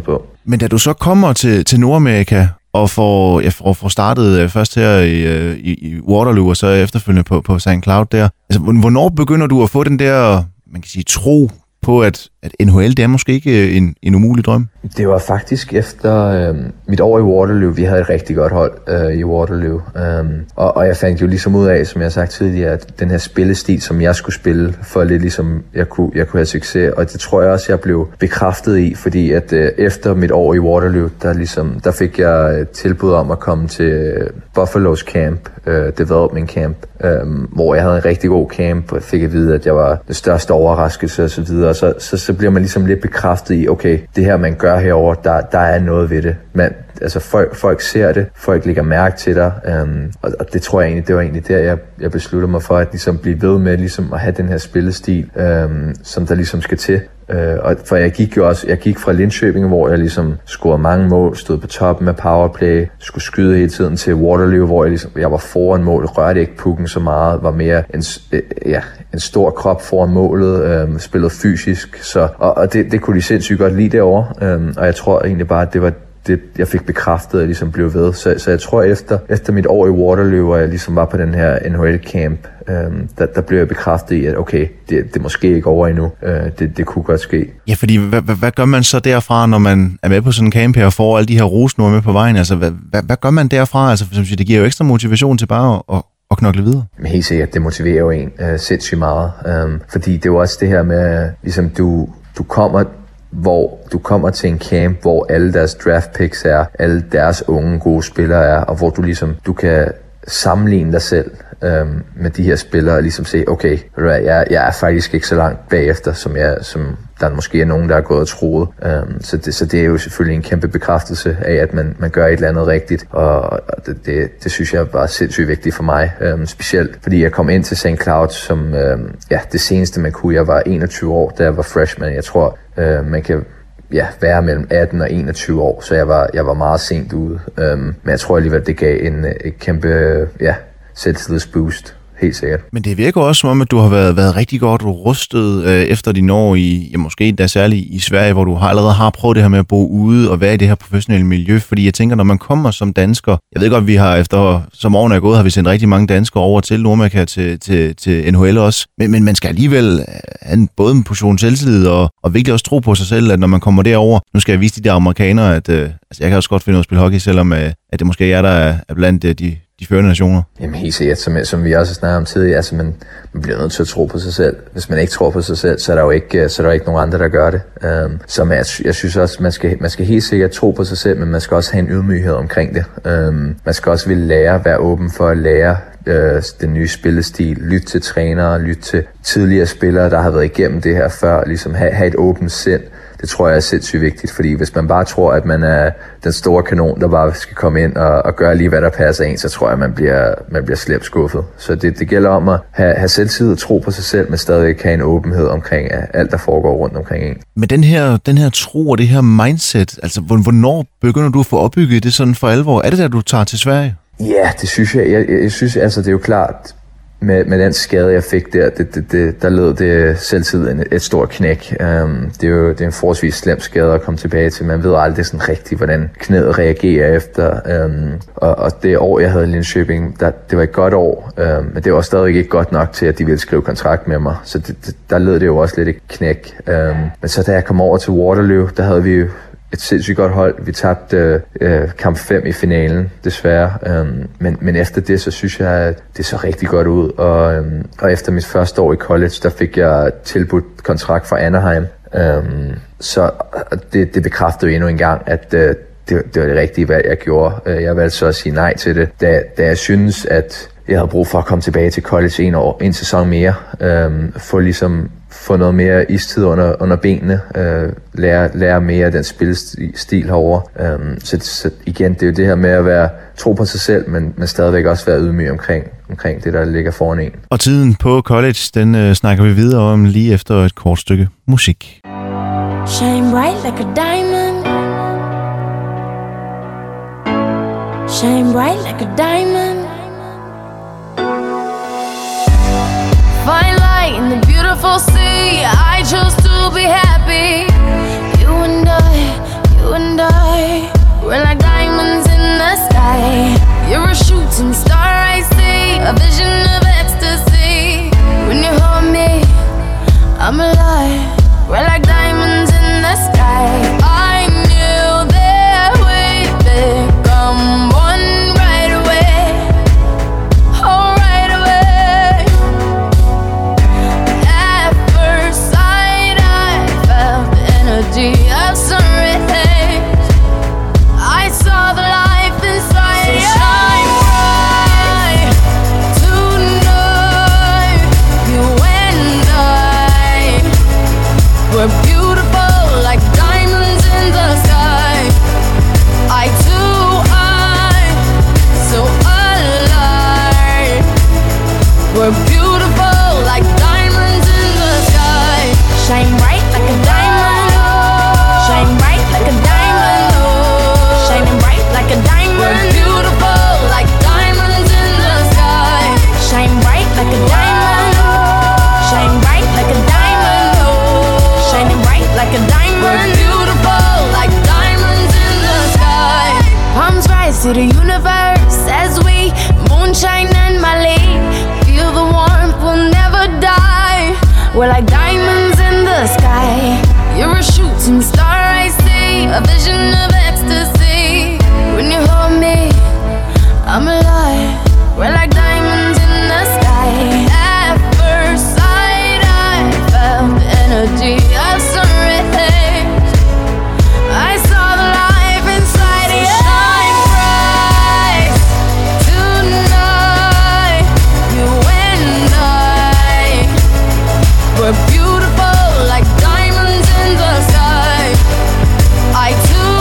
Men da du så kommer til Nordamerika og får startet først her i Waterloo og så efterfølgende på St. Cloud der, altså, hvornår begynder du at få den der, man kan sige, tro på, at NHL, det er måske ikke en umulig drøm? Det var faktisk efter mit år i Waterloo. Vi havde et rigtig godt hold i Waterloo. Og jeg fandt jo ligesom ud af, som jeg har sagt tidligere, at den her spillestil, som jeg skulle spille, for lidt ligesom jeg kunne have succes. Og det tror jeg også, jeg blev bekræftet i, fordi at efter mit år i Waterloo, der fik jeg tilbud om at komme til Buffalo's camp, development camp, hvor jeg havde en rigtig god camp, og fik at vide, at jeg var den største overraskelse og så videre. Så bliver man ligesom lidt bekræftet i, okay, det her man gør herovre, der er noget ved det. Men altså folk ser det, folk lægger mærke til dig, og det tror jeg egentlig, det var egentlig der, jeg besluttede mig for at ligesom blive ved med ligesom at have den her spillestil, som der ligesom skal til. For jeg gik fra Linköping, hvor jeg ligesom scorede mange mål, stod på toppen af powerplay, skulle skyde hele tiden, til Waterloo, hvor jeg var foran mål, rørte ikke pucken så meget, var mere en stor krop foran målet, spillede fysisk, og det kunne de sindssygt godt lide derovre, og jeg tror egentlig bare, at det var det, jeg fik bekræftet, at jeg ligesom blev ved. Så jeg tror, efter mit år i Waterloo, hvor jeg ligesom var på den her NHL-camp, der blev jeg bekræftet i, at okay, det måske ikke over endnu. Det kunne godt ske. Ja, fordi hvad gør man så derfra, når man er med på sådan en camp her og får alle de her rosenord med på vejen? Altså, hvad gør man derfra? Altså, for eksempel, det giver jo ekstra motivation til bare at knokle videre. Men helt sikkert, det motiverer jo en sindssygt meget. Fordi det er jo også det her med, ligesom du kommer til en camp, hvor alle deres draft picks er, alle deres unge gode spillere er, og hvor du kan sammenligne dig selv med de her spillere og ligesom se, okay, jeg er faktisk ikke så langt bagefter, som der måske er nogen, der er gået og troet. Så det er jo selvfølgelig en kæmpe bekræftelse af, at man gør et eller andet rigtigt, og det synes jeg var sindssygt vigtigt for mig, specielt fordi jeg kom ind til St. Cloud som det seneste man kunne. Jeg var 21 år, da jeg var freshman. Jeg tror, man kan være mellem 18 og 21 år, så jeg var meget sent ude. Men jeg tror alligevel, det gav et kæmpe selvtillidsboost. Helt sikkert. Men det virker også som om, at du har været rigtig godt rustet efter dine år måske da særligt i Sverige, hvor du allerede har prøvet det her med at bo ude og være i det her professionelle miljø. Fordi jeg tænker, når man kommer som dansker, jeg ved godt, vi har som årene er gået, har vi sendt rigtig mange danskere over til Nordamerika til NHL også. Men man skal alligevel have både en portion selvtillid og virkelig også tro på sig selv, at når man kommer derover, nu skal jeg vise de der amerikanere, at jeg kan også godt finde ud af at spille hockey, selvom at det måske er der er blandt de førende nationer. Jamen helt sikkert, som vi også har snakket om tidligere, altså man bliver nødt til at tro på sig selv. Hvis man ikke tror på sig selv, så er der jo ikke nogen andre, der gør det. Jeg synes også, man skal helt sikkert tro på sig selv, men man skal også have en ydmyghed omkring det. Man skal også ville være åben for at lære den nye spillestil, lytte til trænere, lytte til tidligere spillere, der har været igennem det her før, ligesom have et åbent sind. Det tror jeg er sindssygt vigtigt, fordi hvis man bare tror, at man er den store kanon, der bare skal komme ind og gøre lige, hvad der passer en, så tror jeg, man bliver slemt skuffet. Så det gælder om at have selvtillid og tro på sig selv, men stadig have en åbenhed omkring alt, der foregår rundt omkring en. Men den her tro og det her mindset, altså hvornår begynder du at få opbygget det sådan for alvor? Er det der, du tager til Sverige? Ja, det synes jeg. Jeg synes, altså det er jo klart, med den skade, jeg fik der led det selvtid et stort knæk. Det er en forholdsvis slem skade at komme tilbage til. Man ved aldrig sådan rigtigt, hvordan knæet reagerer efter. Og det år, jeg havde i Linköping, det var et godt år, men det var stadig ikke godt nok til, at de ville skrive kontrakt med mig. Så der led det jo også lidt et knæk. Men så da jeg kom over til Waterloo, der havde vi jo et sindssygt godt hold. Vi tabte kamp 5 i finalen, desværre. Men efter det, så synes jeg, at det så rigtig godt ud. Og efter mit første år i college, der fik jeg tilbudt kontrakt fra Anaheim. Så det bekræftede jo endnu en gang, at det var det rigtige valg, jeg gjorde. Jeg valgte så at sige nej til det, da jeg synes, at jeg havde brug for at komme tilbage til college en sæson mere. Få noget mere istid under benene, lære mere af den spillestil herovre. Så igen, det er jo det her med at tro på sig selv, men stadigvæk også være ydmyg omkring det, der ligger foran en. Og tiden på college, den snakker vi videre om lige efter et kort stykke musik. Shine bright like a diamond. Shine bright like a diamond. Find light in the beautiful sea. I chose to be happy. You and I energy of sun rays. I saw the life inside you. Shine bright tonight. You and I were beautiful like diamonds in the sky. I too, so alive. We're beautiful like diamonds in the sky. Shine bright like a diamond. Shine bright like a diamond. Shining bright like a diamond. We're beautiful like diamonds in the sky. Shine bright like a diamond. Shine bright like a diamond. Shining bright like a diamond. We're beautiful like diamonds in the sky. Palms rise to the universe as we moonshine and Mali. Feel the warmth, we'll never die. We're like diamonds in the sky. You're a shooting star I see, a vision of ecstasy. When you hold me, I'm alive. We're like diamonds in the sky. At first sight I felt the energy of sun rays. I saw the life inside you. Shine bright tonight. You and I were beautiful like diamonds in the sky. I too,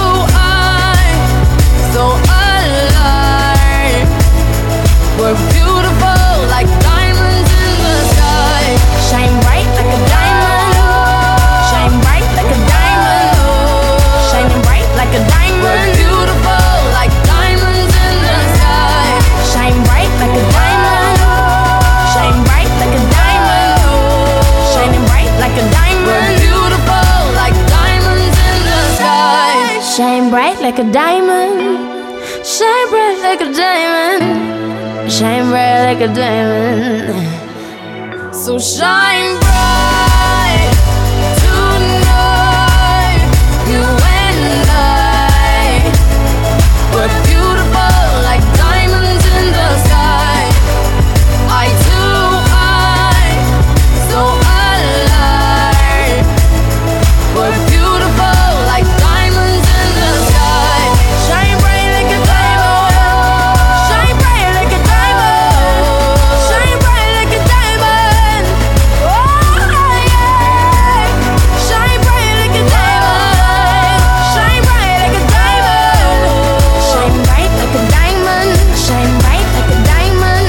so alive. We're beautiful like diamonds in the sky. Shine bright like a diamond. Shine bright like a diamond. Shining bright like a diamond. We're beautiful like diamonds in the sky. Shine bright like a diamond. Shine bright like a diamond. Shining bright like a diamond. We're beautiful like diamonds in the sky. Shine bright like a diamond. Shine bright like a diamond. Shine bright like a diamond. So shine bright tonight. You and I were beautiful like diamonds in the sky. I too, so alive. We're beautiful like diamonds in the sky. Shine bright like a diamond. Shine bright like a diamond. Shine bright like a diamond. Oh yeah. Shine bright like a diamond. Shine bright like a diamond. Shine bright like a diamond. Shine bright like a diamond.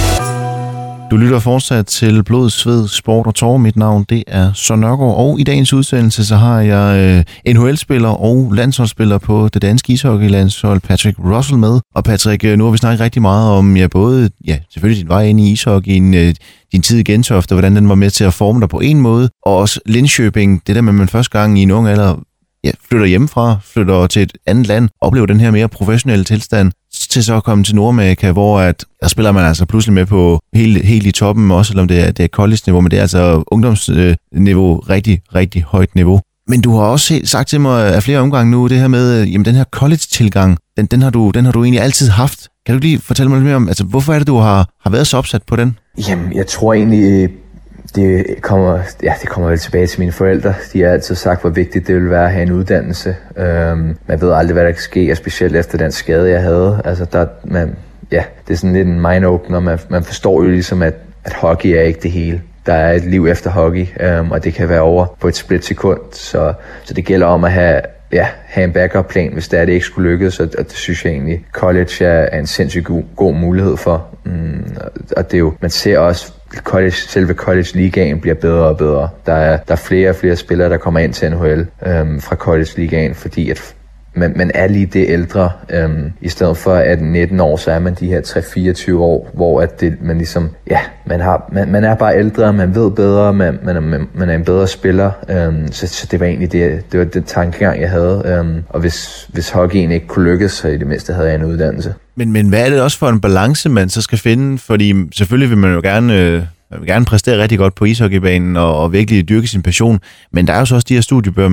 Du lytter fortsat til Blod, Sved, Sport og Tårer. Mit navn, det er Søren Nørgaard, og i dagens udsendelse så har jeg NHL-spiller og landsholdsspiller på det danske ishockeylandshold, Patrick Russell, med. Og Patrick, nu har vi snakket rigtig meget om både, selvfølgelig din vej ind i ishockeyen, din tid i Gentofte, hvordan den var med til at forme dig på en måde, og også Linköping, det der med, at man første gang i en ung alder flytter hjemmefra, flytter til et andet land, oplever den her mere professionelle tilstand, til så at komme til Nordamerika, hvor der spiller man altså pludselig med på helt i toppen, også selvom det er college-niveau, men det er altså ungdomsniveau, rigtig, rigtig højt niveau. Men du har også sagt til mig af flere omgange nu, det her med, jamen den her college-tilgang, den har du egentlig altid haft. Kan du lige fortælle mig lidt mere om, altså hvorfor er det, du har været så opsat på den? Jamen, jeg tror egentlig, det kommer vel tilbage til mine forældre. De har altid sagt, hvor vigtigt det ville være at have en uddannelse. Man ved aldrig, hvad der kan ske, og specielt efter den skade, jeg havde. Altså, det er sådan lidt en mind-opener. Man forstår jo ligesom, at hockey er ikke det hele. Der er et liv efter hockey, og det kan være over på et splitsekund. Så det gælder om at have en backup-plan, hvis det ikke skulle lykkes, og det synes jeg egentlig, college er en sindssygt god mulighed for. Og det er jo, man ser også, selve college-ligaen bliver bedre og bedre. Der er flere og flere spillere, der kommer ind til NHL fra college-ligaen, fordi at man er lige det ældre. I stedet for at 19 år, så er man de her 3-24 år, hvor at man ligesom, man er bare ældre, man ved bedre, man er en bedre spiller. Så det var egentlig det var den tankegang, jeg havde. Og hvis hockeyen ikke kunne lykkes, så i det mindste havde jeg en uddannelse. Men hvad er det også for en balance, man så skal finde? Fordi selvfølgelig vil man jo gerne man vil gerne præstere rigtig godt på ishockeybanen og virkelig dyrke sin passion, men der er jo så også de her studiebøger,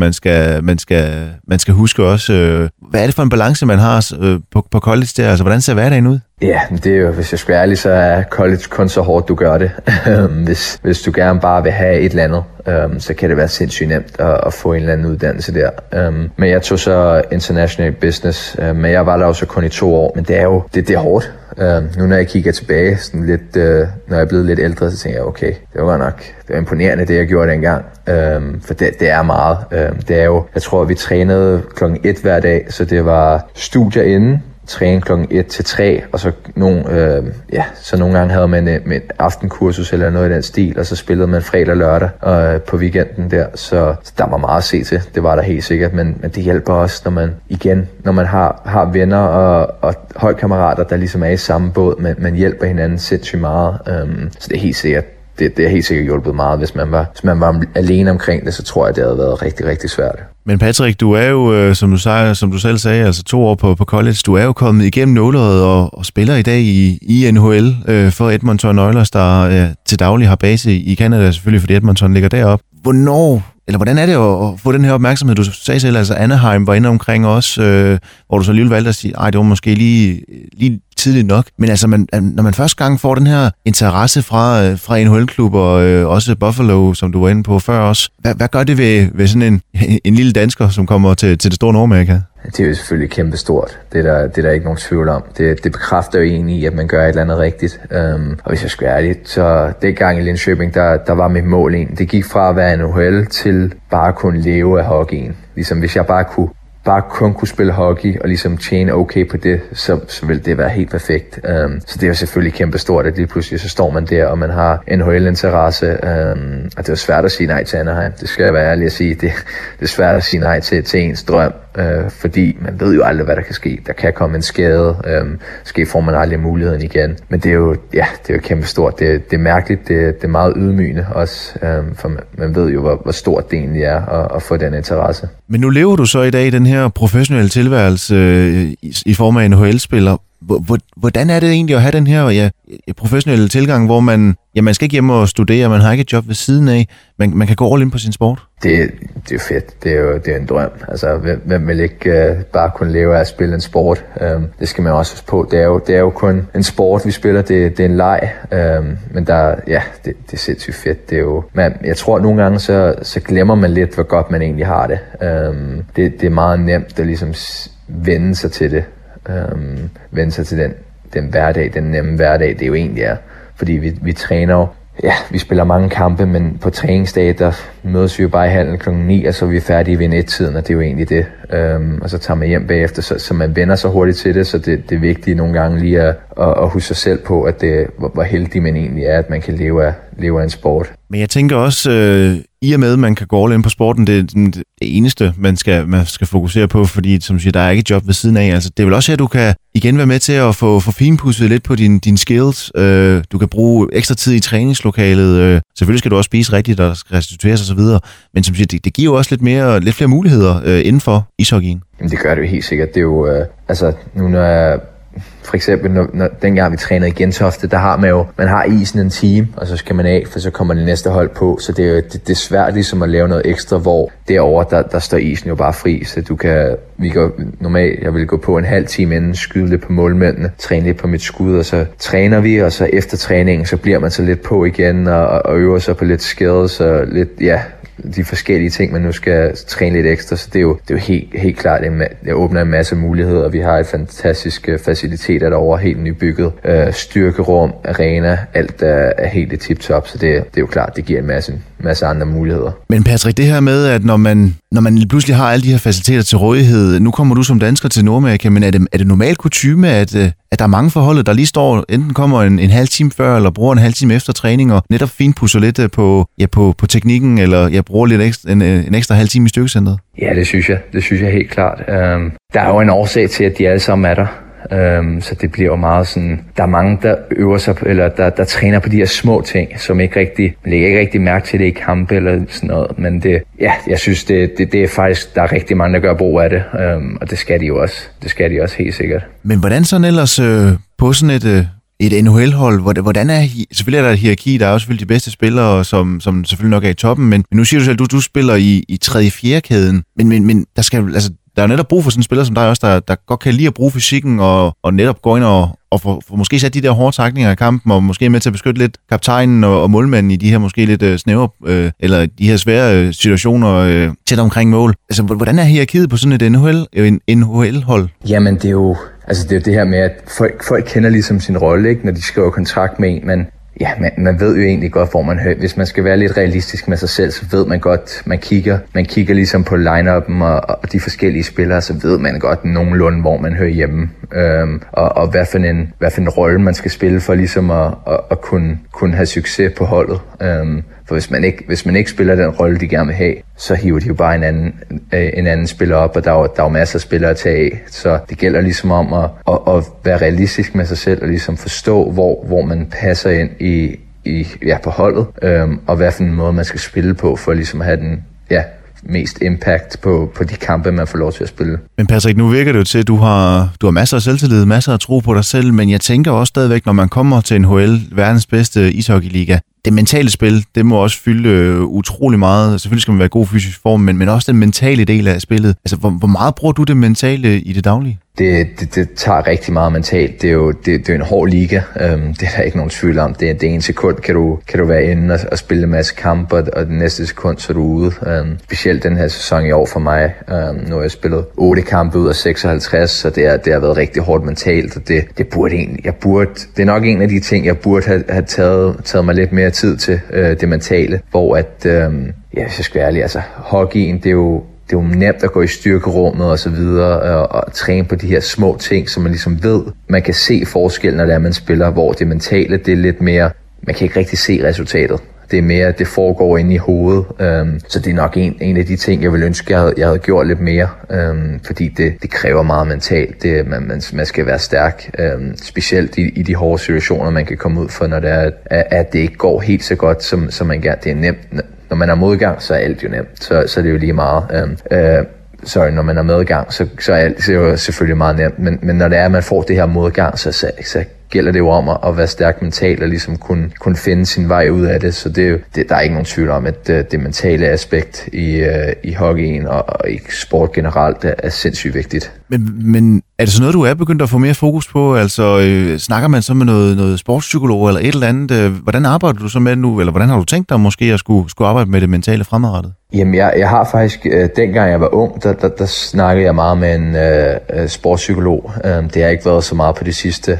man skal huske også. Hvad er det for en balance, man har på college der? Altså, hvordan ser hverdagen ud? Ja, det er jo, hvis jeg skal være ærlig, så er college kun så hårdt, du gør det. Hvis du gerne bare vil have et eller andet, så kan det være sindssygt nemt at få en eller anden uddannelse der. Men jeg tog så international business, men jeg var der jo så kun i 2 år, men det er jo det er hårdt. Nu når jeg kigger tilbage, sådan lidt, når jeg er blevet lidt ældre, så tænker jeg, okay, det var nok det var imponerende, det jeg gjorde dengang. For det er meget. Det er jo, jeg tror, vi trænede 1:00 hver dag, så det var studier inden, træne 1 til 3, og så så nogle gange havde man med et aftenkursus eller noget i den stil, og så spillede man fredag og lørdag på weekenden der, så der var meget at se til, det var der helt sikkert, men det hjælper også, når man har venner og holdkammerater, der ligesom er i samme båd, man hjælper hinanden sindssygt meget, så det er helt sikkert. Det er helt sikkert hjulpet meget. Hvis man var alene omkring det, så tror jeg, det havde været rigtig, rigtig svært. Men Patrick, du er jo, som du selv sagde, altså 2 år på college, du er jo kommet igennem nåløjet og spiller i dag i NHL for Edmonton Oilers, der til daglig har base i Canada, selvfølgelig fordi Edmonton ligger deroppe. Hvordan er det at få den her opmærksomhed? Du sagde selv, altså Anaheim var inde omkring også, hvor du så alligevel valgte at sige, det var måske lige tidligt nok. Men altså, når man første gang får den her interesse fra NHL-klubber, også Buffalo, som du var inde på før også, hvad gør det ved sådan en lille dansker, som kommer til det store Nordamerika? Det er jo selvfølgelig kæmpe stort. Det er der ikke nogen tvivl om. Det bekræfter jo egentlig, at man gør et eller andet rigtigt. Og hvis jeg skal være ærlig, så dengang i Linköping, der var mit mål egentlig. Det gik fra at være NHL til bare at kunne leve af hockeyen. Ligesom hvis jeg bare kun kunne spille hockey og ligesom tjene okay på det, så ville det være helt perfekt. Så det er jo selvfølgelig kæmpe stort, at lige pludselig så står man der, og man har NHL-interesse. Og det er jo svært at sige nej til Anaheim. Det skal jeg være ærlig at sige. Det er svært at sige nej til ens drøm, fordi man ved jo aldrig, hvad der kan ske. Der kan komme en skade. Måske får man aldrig muligheden igen. Men det er jo kæmpe stort. Det er mærkeligt. Det er meget ydmygende også, for man ved jo, hvor stort det egentlig er at få den interesse. Men nu lever du så i dag den her professionelle tilværelse i form af en NHL-spiller. Hvordan er det egentlig at have den her professionelle tilgang, hvor man skal ikke hjem og studere, man har ikke et job ved siden af, man kan gå all in på sin sport? Det er jo fedt. Det er en drøm. Altså, hvem vil ikke bare kunne leve af at spille en sport? Det skal man også huske på. Det er jo kun en sport, vi spiller. Det er en leg. Men det er sindssygt fedt. Det er jo, jeg tror, at nogle gange så glemmer man lidt, hvor godt man egentlig har det. Det er meget nemt at ligesom vende sig til det. Vende sig til den hverdag, den nemme hverdag, det jo egentlig er. Fordi vi træner jo, vi spiller mange kampe, men på træningsdag, der mødes vi jo bare i hallen kl. 9, og så er vi færdige ved 1-tiden, og det er jo egentlig det. Og så tager man hjem bagefter, så man vender så hurtigt til det, så det er vigtigt nogle gange lige at huske sig selv på, at hvor heldig man egentlig er, at man kan leve af en sport. Men jeg tænker også, i og med, at man kan gå all in på sporten, det er det eneste, man skal fokusere på, fordi som siger, der er ikke et job ved siden af. Altså, det er vel også her, du kan igen være med til at få finpudset lidt på dine skills. Du kan bruge ekstra tid i træningslokalet. Selvfølgelig skal du også spise rigtigt og restitueres og så videre. Men som siger, det giver jo også lidt flere muligheder inden for ishockeyen. Jamen, det gør det jo helt sikkert. Det er jo, nu når jeg for eksempel, når dengang vi trænede i Gentofte, der har man har isen en time, og så skal man af, for så kommer det næste hold på. Så det er svært ligesom at lave noget ekstra, hvor derovre, der står isen jo bare fri. Så normalt, jeg vil gå på en halv time inden, skyde lidt på målmændene, træne lidt på mit skud, og så træner vi, og så efter træningen, så bliver man så lidt på igen, og øver sig på lidt skills, og lidt, de forskellige ting, man nu skal træne lidt ekstra, så det er jo helt klart, det åbner en masse muligheder. Vi har et fantastisk faciliteter derovre, helt nybygget, styrkerum, arena, alt er helt i tip-top, så det er jo klart, det giver en masse andre muligheder. Men Patrick, det her med, at når man pludselig har alle de her faciliteter til rådighed, nu kommer du som dansker til Nordamerika, men er det normalt kutyme, at der er mange forhold, der lige står, enten kommer en halv time før, eller bruger en halv time efter træning, og netop finpudser lidt på teknikken, eller bruger lidt en ekstra halv time i styrkecentret? Ja, det synes jeg helt klart. Der er jo en årsag til, at de alle sammen er der. Så det bliver jo meget sådan, der er mange, der øver sig, eller der træner på de her små ting, som ikke lægger ikke rigtig mærke til det i kampe eller sådan noget, men jeg synes, det er faktisk, der er rigtig mange, der gør brug af det, og det skal de jo også. Det skal de også helt sikkert. Men hvordan sådan ellers på sådan et NHL-hold, hvordan er selvfølgelig er der et hierarki, der er jo selvfølgelig de bedste spillere, som selvfølgelig nok er i toppen, men nu siger du selv, at du spiller i 3.-4. kæden, men der skal altså der er jo netop brug for sådan en spiller som dig også, der godt kan lide at bruge fysikken og netop gå ind og få måske sat de der hårde taklinger i kampen, og måske med til at beskytte lidt kaptajnen og målmanden i de her måske lidt snævre, eller de her svære situationer tæt omkring mål. Altså, hvordan er hierarkiet på sådan et NHL-hold? Jamen, det er jo det her med, at folk kender ligesom sin rolle, ikke, når de skriver kontrakt med en, men ja, man ved jo egentlig godt, hvor man hører. Hvis man skal være lidt realistisk med sig selv, så ved man godt, man kigger ligesom på line-up'en og de forskellige spillere, så ved man godt nogenlunde, hvor man hører hjemme. Og hvad for en rolle man skal spille for ligesom at kunne have succes på holdet. For hvis man ikke spiller den rolle, de gerne vil have, så hiver de jo bare en anden spiller op, og der er jo masser af spillere at tage af. Så det gælder ligesom om at være realistisk med sig selv og ligesom forstå, hvor man passer ind på holdet, og hvad for en måde man skal spille på for ligesom at have den mest impact på de kampe, man får lov til at spille. Men Patrick, nu virker det jo til, at du har masser af selvtillid, masser af tro på dig selv, men jeg tænker også stadigvæk, når man kommer til NHL, verdens bedste ishockeyliga, det mentale spil, det må også fylde utrolig meget. Selvfølgelig skal man være i god fysisk form, men også den mentale del af spillet. Altså, hvor meget bruger du det mentale i det daglige? Det tager rigtig meget mentalt. Det er jo en hård liga. Det er der ikke nogen tvivl om. Det er en sekund, kan du være inde og spille en masse kampe, og den næste sekund, så er du ude. Specielt den her sæson i år for mig. Nu har jeg spillet 8 kampe ud af 56, så det har været rigtig hårdt mentalt. Og det burde egentlig, det er nok en af de ting, jeg burde have taget mig lidt mere tid til, det mentale. Hvor hvis jeg skal være ærlig, altså hockeyen, det er jo nemt at gå i styrkerummet og så videre og træne på de her små ting, som man ligesom ved. Man kan se forskellen, når det er, man spiller, hvor det mentale, det er lidt mere, man kan ikke rigtig se resultatet. Det er mere, det foregår inde i hovedet. Så det er nok en af de ting, jeg ville ønske, jeg havde gjort lidt mere. Fordi det kræver meget mentalt. Man skal være stærk. Specielt i de hårde situationer, man kan komme ud for, når det er, at det ikke går helt så godt, som man gerne. Det er nemt. Når man er modgang, så er alt jo nemt. Så er det jo lige meget. Når man er medgang, så er alt jo selvfølgelig meget nemt. Men når det er, at man får det her modgang, så gælder det jo om at være stærk mentalt og ligesom kunne finde sin vej ud af det. Så der er ikke nogen tvivl om, at det mentale aspekt i hockeyen og i sport generelt er sindssygt vigtigt. Men er det så noget, du er begyndt at få mere fokus på? Altså snakker man så med noget sportspsykolog eller et eller andet? Hvordan arbejder du så med det nu? Eller hvordan har du tænkt dig måske at skulle arbejde med det mentale fremadrettet? Jamen, jeg har faktisk, dengang jeg var ung, der snakkede jeg meget med en sportspsykolog. Det har ikke været så meget på det sidste,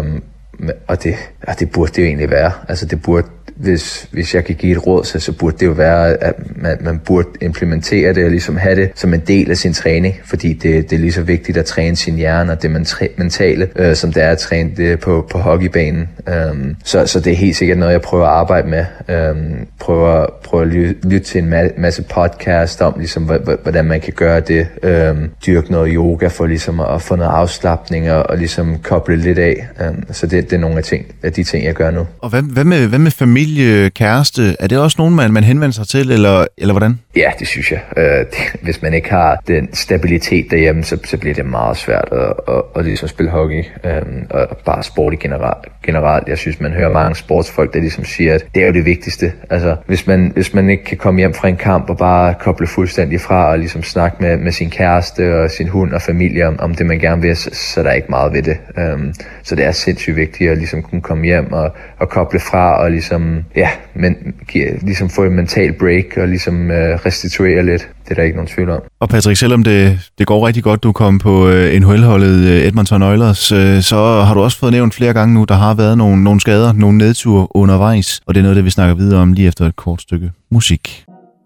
og det burde det jo egentlig være. Altså det burde, hvis jeg kan give et råd, så burde det jo være, at man burde implementere det og ligesom have det som en del af sin træning, fordi det er lige så vigtigt at træne sin hjerne og det mentale, som det er at træne det på hockeybanen. Så det er helt sikkert noget, jeg prøver at arbejde med. Prøver at lytte til en masse podcast om, ligesom, hvordan man kan gøre det. Dyrke noget yoga for ligesom at få noget afslapning og ligesom koble lidt af. Så det er nogle af de ting, jeg gør nu. Og hvad med familie, kæreste? Er det også nogen, man henvender sig til, eller hvordan? Ja, det synes jeg. Hvis man ikke har den stabilitet derhjemme, så bliver det meget svært at ligesom spille hockey. Og bare sport generelt. Jeg synes, man hører mange sportsfolk, der ligesom siger, at det er jo det vigtigste. Altså, hvis man ikke kan komme hjem fra en kamp og bare koble fuldstændig fra og ligesom snakke med sin kæreste og sin hund og familie om det, man gerne vil, så er der ikke meget ved det. Så det er sindssygt vigtigt at ligesom kunne komme hjem og koble fra og ligesom, ligesom få en mental break og ligesom restituere lidt. Det er der ikke nogen tvivl om. Og Patrick, selvom det går rigtig godt, du kom på NHL-holdet Edmonton Oilers, så har du også fået nævnt flere gange nu, der har været nogle skader, nogle nedture undervejs, og det er noget, det vi snakker videre om lige efter et kort stykke musik.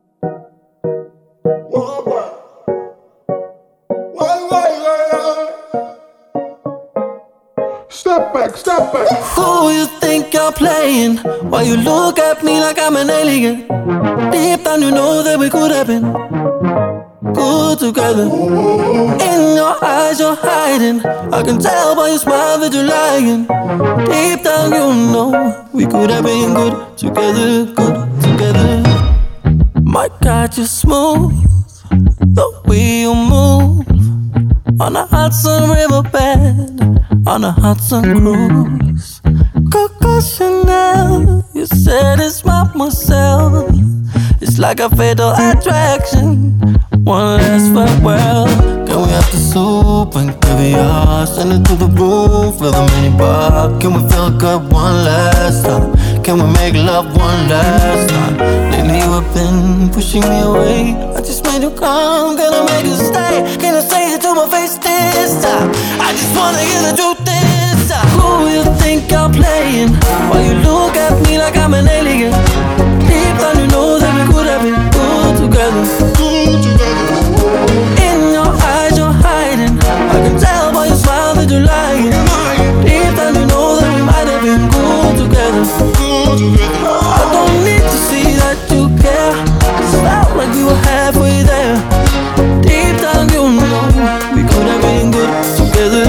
Step back. Who you think you're playing? Why you look at me like I'm an alien? Deep down you know that we could have been good together. In your eyes you're hiding. I can tell by your smile that you're lying. Deep down you know we could have been good together. My God, you're smooth, the way you move on a Hudson River bed, on a Hudson cruise. Chanel, you said it's mademoiselle. It's like a fatal attraction. One last farewell. Can we have the soup and caviar? Send it to the room, fill the minibar. Can we feel good one last time? Can we make love one last time? Lately you have been pushing me away. I just made you come, gonna make you stay. Can you say it to my face this time? I just wanna hear the truth this time. Who you think I'm playing? Why you look at me like I'm an alien? Deep down you know that we could have been good together. In your eyes you're hiding. I can tell by your smile that you're lying. Deep down you know that we might have been good together. I don't need to see that you care. It felt like we were halfway there. Deep down you know we could have been good together.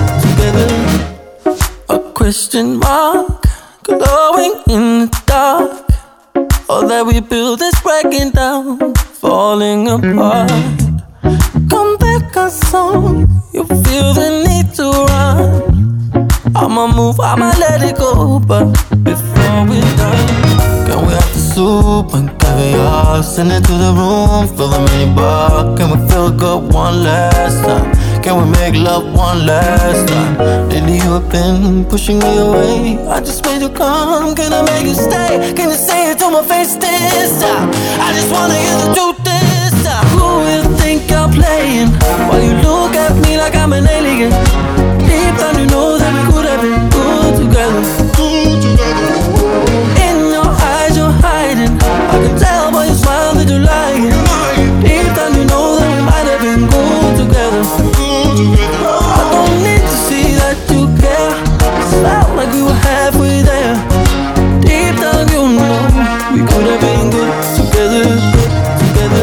A question mark glowing in the dark. All that we built is breaking down, falling apart. Come back on song, you feel the need to run. I'ma move, I'ma let it go, but before we're done, can we have the soup and caviar? Send it to the room, fill the minibar. Can we feel good one last time? Can we make love one last time? Lately you have been pushing me away. I just made you come, can I make you stay? Can you say it to my face this time? I just wanna hear the truth this time. Who you think I'm playing? Why you look at me like I'm an alien? Deep down you know that we could have been good together. In your eyes you're hiding. I can tell by your smile that you're lying. Deep down you know that we might have been good together. I don't need to see that you care. It felt like we were halfway there. Deep down you know we could have been good together, good together.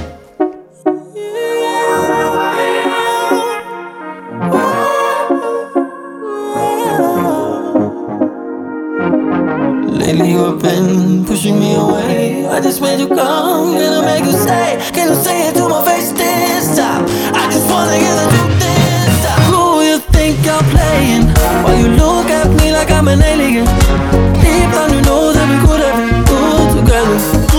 Lately you have been pushing me away. I just made you come, gonna make you stay. Can you say it to my face this time? I just wanna hear the truth this time. Who you think I'm playing? Why you look at me like I'm an alien? Deep down you know that we could have been good together.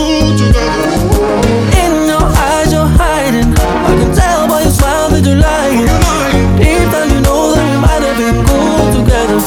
In your eyes you're hiding. I can tell by your smile that you're lying. Deep down you know that we might have been good together.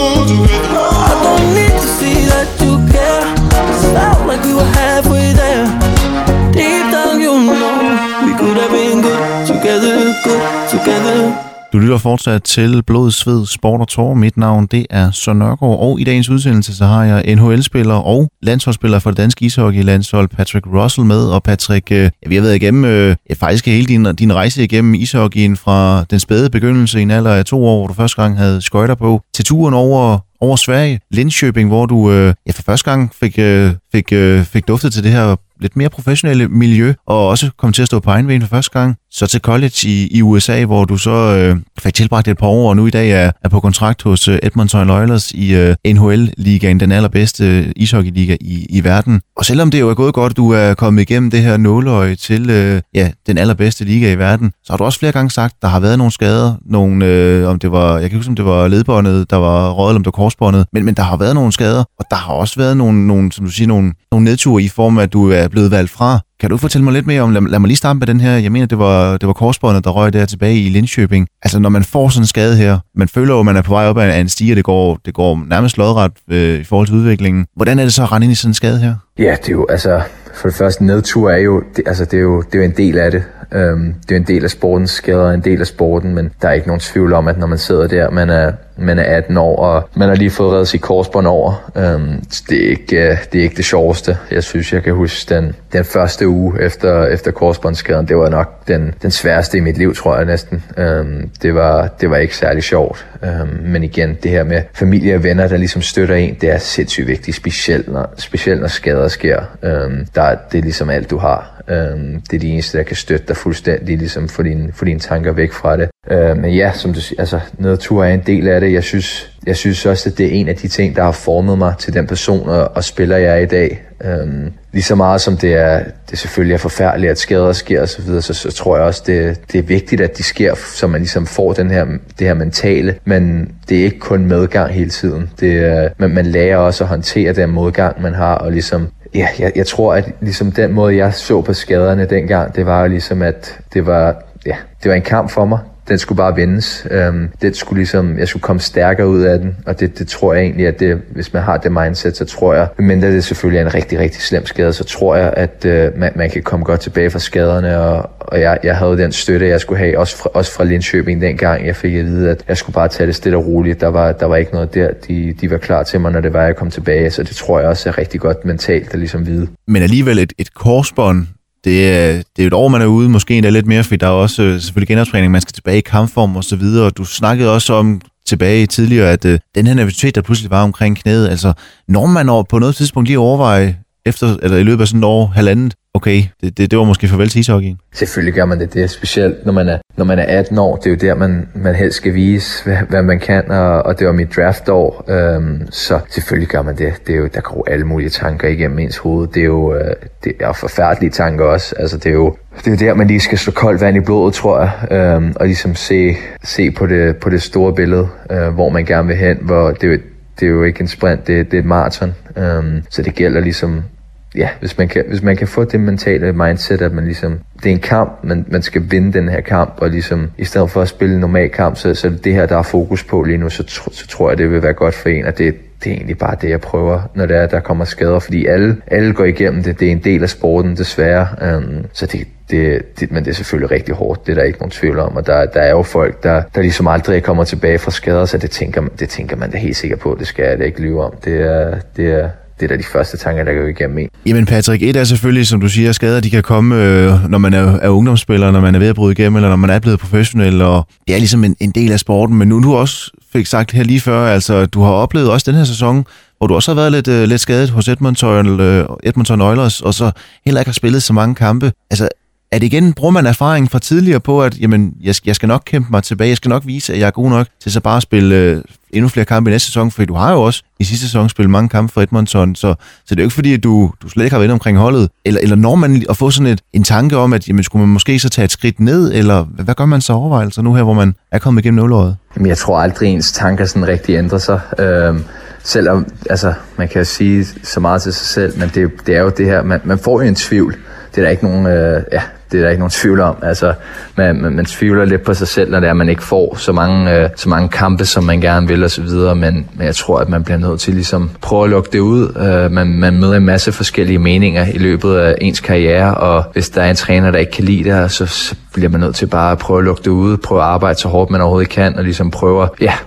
I don't need to see that you care. It felt like we were halfway there. Deep down you know we could have been good together, good together. Du lytter fortsat til Blod, Sved, Sport og Tårer. Mit navn, det er Søren Nørgaard, og i dagens udsendelse så har jeg NHL-spiller og landsholdsspiller for det danske ishockey-landshold, Patrick Russell, med. Og Patrick, vi har været igennem faktisk hele din rejse igennem ishockeyen fra den spæde begyndelse i en alder af 2 år, hvor du første gang havde skøjter på, til turen over Sverige, Linköping, hvor du for første gang fik duftet til det her lidt mere professionelle miljø, og også kom til at stå på egen ben for første gang. Så til college i USA, hvor du så fik tilbragt et par år, og nu i dag er på kontrakt hos Edmonton Oilers i NHL-ligaen, den allerbedste ishockey-liga i verden. Og selvom det jo er gået godt, du er kommet igennem det her nåleøje til den allerbedste liga i verden, så har du også flere gange sagt, der har været nogle skader, jeg kan ikke huske, om det var ledbåndet, der var røget, eller om det var korsbåndet, men der har været nogle skader, og der har også været nogle som du siger, nogle nedture i form af, at du er blevet valgt fra. Kan du fortælle mig lidt mere om, lad mig lige starte med den her, jeg mener, det var korsbåndet, der røg der tilbage i Linköping. Altså, når man får sådan en skade her, man føler jo, at man er på vej op af en stige, og det går nærmest lodret i forhold til udviklingen. Hvordan er det så at rende ind i sådan en skade her? Ja, det er jo, altså, for det første, nedtur er jo, det er jo en del af det. Det er en del af sportens skader, en del af sporten, men der er ikke nogen tvivl om, at når man sidder der, man er 18 år, og man har lige fået reddet sit korsbånd over. Det er ikke det sjoveste. Jeg synes, jeg kan huske den første uge efter korsbåndsskaden, det var nok den sværeste i mit liv, tror jeg næsten. Det var ikke særlig sjovt. Men igen, det her med familie og venner, der ligesom støtter en, det er sindssygt vigtigt, specielt når skader sker. Det er ligesom alt, du har. Det er de eneste, der kan støtte dig fuldstændig, ligesom få dine tanker væk fra det. Men ja, som du siger, altså nedtur er en del af det. Jeg synes også, at det er en af de ting, der har formet mig til den person og spiller jeg er i dag. Lige så meget som det selvfølgelig er forfærdeligt, at skader sker og så videre, så tror jeg også, det er vigtigt, at de sker, så man ligesom får det her mentale. Men det er ikke kun medgang hele tiden. Man lærer også at håndtere den modgang, man har, og ligesom ja, jeg tror, at ligesom den måde, jeg så på skaderne dengang, det var jo ligesom, at det var en kamp for mig. Den skulle bare vindes. Jeg skulle komme stærkere ud af den, og det tror jeg egentlig, at hvis man har det mindset, så tror jeg, medmindre det selvfølgelig er en rigtig, rigtig slem skade, så tror jeg, at man kan komme godt tilbage fra skaderne, og jeg havde den støtte, jeg skulle have, også fra Linköping dengang. Jeg fik at vide, at jeg skulle bare tage det stille og roligt. Der var ikke noget der. De var klar til mig, når det var, jeg kom tilbage, så det tror jeg også er rigtig godt mentalt at ligesom vide. Men alligevel et korsbånd, det er jo et år, man er ude, måske endda lidt mere, fordi der er også selvfølgelig genoptræning, man skal tilbage i kampform og så videre, og du snakkede også om tilbage tidligere, at den her nervøsitet, der pludselig var omkring knæet, altså når man på noget tidspunkt lige overveje eller i løbet af sådan et år, halvandet, okay, det var måske farvel til ishockeyen. Selvfølgelig gør man det. Det er specielt, når man er 18 år. Det er jo der, man helst skal vise, hvad man kan, og det var mit draftår. Så selvfølgelig gør man det. Det er jo, der går alle mulige tanker igennem ens hoved. Det er jo forfærdelige tanker også. Altså, det er jo der, man lige skal slå koldt vand i blodet, tror jeg. Og ligesom se på det store billede, hvor man gerne vil hen. Hvor det er jo ikke en sprint, det er et maraton. Så det gælder ligesom, ja, hvis man kan få det mentale mindset, at man ligesom, det er en kamp, man skal vinde den her kamp, og ligesom, i stedet for at spille en normal kamp, så det her, der er fokus på lige nu, så tror jeg, det vil være godt for en, og det er egentlig bare det, jeg prøver, når der kommer skader, fordi alle går igennem det. Det er en del af sporten, desværre. Så men det er selvfølgelig rigtig hårdt, det er der ikke nogen tvivl om, og der er jo folk, der ligesom aldrig kommer tilbage fra skader, så det tænker man da helt sikkert på, det skal jeg da ikke lyve om. Det er da de første tanker, der går igennem en. Jamen Patrick, et er selvfølgelig, som du siger, skader, de kan komme, når man er ungdomsspiller, når man er ved at bryde igennem, eller når man er blevet professionel, og det er ligesom en del af sporten, men nu du også fik sagt her lige før, altså du har oplevet også den her sæson, hvor du også har været lidt skadet hos Edmonton Oilers, og så heller ikke har spillet så mange kampe. Altså, er det igen, bruger man erfaring fra tidligere på, at jamen, jeg skal nok kæmpe mig tilbage, jeg skal nok vise, at jeg er god nok til så bare at spille endnu flere kampe i næste sæson, for du har jo også i sidste sæson spillet mange kampe for Edmonton, så det er jo ikke fordi, at du slet ikke har været omkring holdet, eller når man at få sådan en tanke om, at jamen, skulle man måske så tage et skridt ned, eller hvad gør man så overvejelser nu her, hvor man er kommet igennem nåleåret? Jamen, jeg tror aldrig, ens tanker sådan rigtig ændrer sig. Selvom, altså, man kan jo sige så meget til sig selv, men det er jo det her, man får jo en tvivl. Det er der ikke nogen, det er der ikke nogen tvivl om. Altså, man tvivler lidt på sig selv, når det er, man ikke får så mange kampe, som man gerne vil og så videre, men jeg tror, at man bliver nødt til ligesom prøve at lukke det ud. Man møder en masse forskellige meninger i løbet af ens karriere, og hvis der er en træner, der ikke kan lide det, så bliver man nødt til bare at prøve at lukke det ud, prøve at arbejde så hårdt man overhovedet kan, og ligesom prøve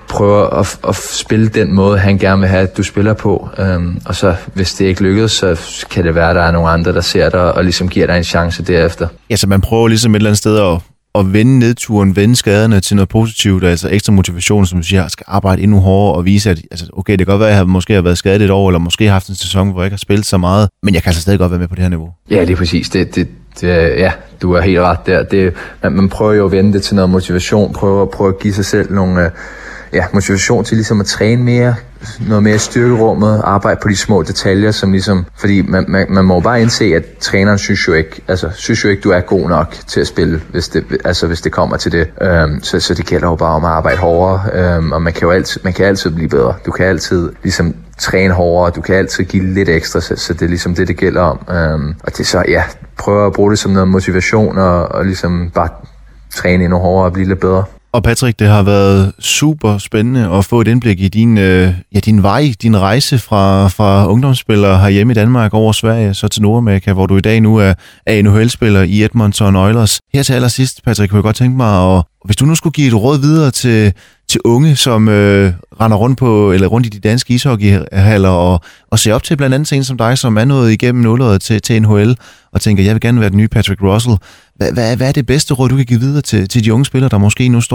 at spille den måde, han gerne vil have, at du spiller på. Og så hvis det ikke lykkes, så kan det være, at der er nogle andre, der ser dig og ligesom giver dig en chance derefter. Ja, så man prøver ligesom et eller andet sted at vende nedturen, vende skaderne til noget positivt, altså ekstra motivation, som du siger, skal arbejde endnu hårdere og vise, at altså, okay, det kan godt være, at jeg måske har været skadet et år, eller måske haft en sæson, hvor jeg ikke har spillet så meget, men jeg kan altså stadig godt være med på det her niveau. Ja, det er præcis. Ja, du er helt ret der. Man prøver jo at vende det til noget motivation, prøver at give sig selv nogle motivation til ligesom at træne noget mere i styrkerummet, arbejde på de små detaljer, som ligesom, fordi man må bare indse, at træneren synes jo ikke, du er god nok til at spille, hvis det kommer til det. Så det gælder jo bare om at arbejde hårdere, og man kan altid blive bedre. Du kan altid ligesom træne hårdere, du kan altid give lidt ekstra, så det er ligesom det gælder om. Og det er så, prøve at bruge det som noget motivation, og ligesom bare træne endnu hårdere og blive lidt bedre. Og Patrick, det har været super spændende at få et indblik i din vej, din rejse fra ungdomsspiller herhjemme i Danmark over Sverige, så til Nordamerika, hvor du i dag nu er NHL-spiller i Edmonton Oilers. Her til allersidst, Patrick, kunne jeg godt tænke mig, hvis du nu skulle give et råd videre til unge, som render rundt i de danske ishockeyhaller og ser op til blandt andet en som dig, som er nået igennem nåleåret til NHL, og tænker, jeg vil gerne være den nye Patrick Russell. Hvad er det bedste råd, du kan give videre til de unge spillere, der måske nu står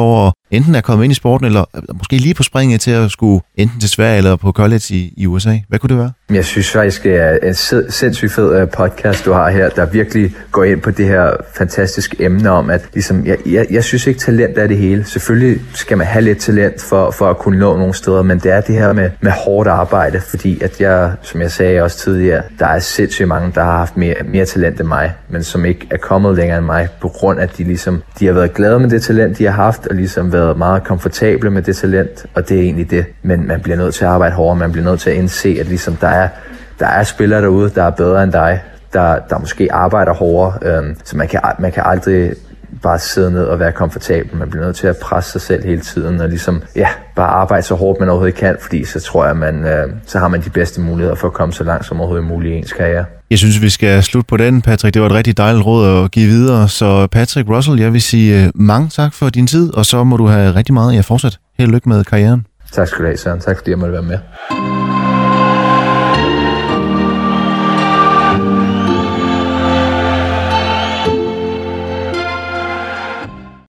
enten er kommet ind i sporten, eller måske lige på springet til at skulle enten til Sverige eller på college i USA? Hvad kunne det være? Jeg synes faktisk, det er en sindssygt fed podcast, du har her, der virkelig går ind på det her fantastiske emne om, at ligesom, jeg synes ikke, talent er det hele. Selvfølgelig skal man have lidt talent for at kunne nå nogle steder, men det er det her med hårdt arbejde, fordi at jeg, som jeg sagde også tidligere, der er sindssygt mange, der har haft mere talent end mig, men som ikke er kommet længere end mig, på grund af, at de har været glade med det talent, de har haft, og ligesom været meget komfortable med det talent, og det er egentlig det. Men man bliver nødt til at arbejde hårdere, man bliver nødt til at indse, at ligesom der er spillere derude, der er bedre end dig, der måske arbejder hårdere, så man kan aldrig bare sidde ned og være komfortabel. Man bliver nødt til at presse sig selv hele tiden, og ligesom, bare arbejde så hårdt, man overhovedet kan, fordi så tror jeg, så har man de bedste muligheder for at komme så langt som overhovedet muligt i ens karriere. Jeg synes, vi skal slutte på den, Patrick. Det var et rigtig dejligt råd at give videre. Så Patrick Russell, jeg vil sige mange tak for din tid, og så må du have rigtig meget fortsat. Held og lykke med karrieren. Tak skal du have, Søren. Tak fordi jeg måtte være med.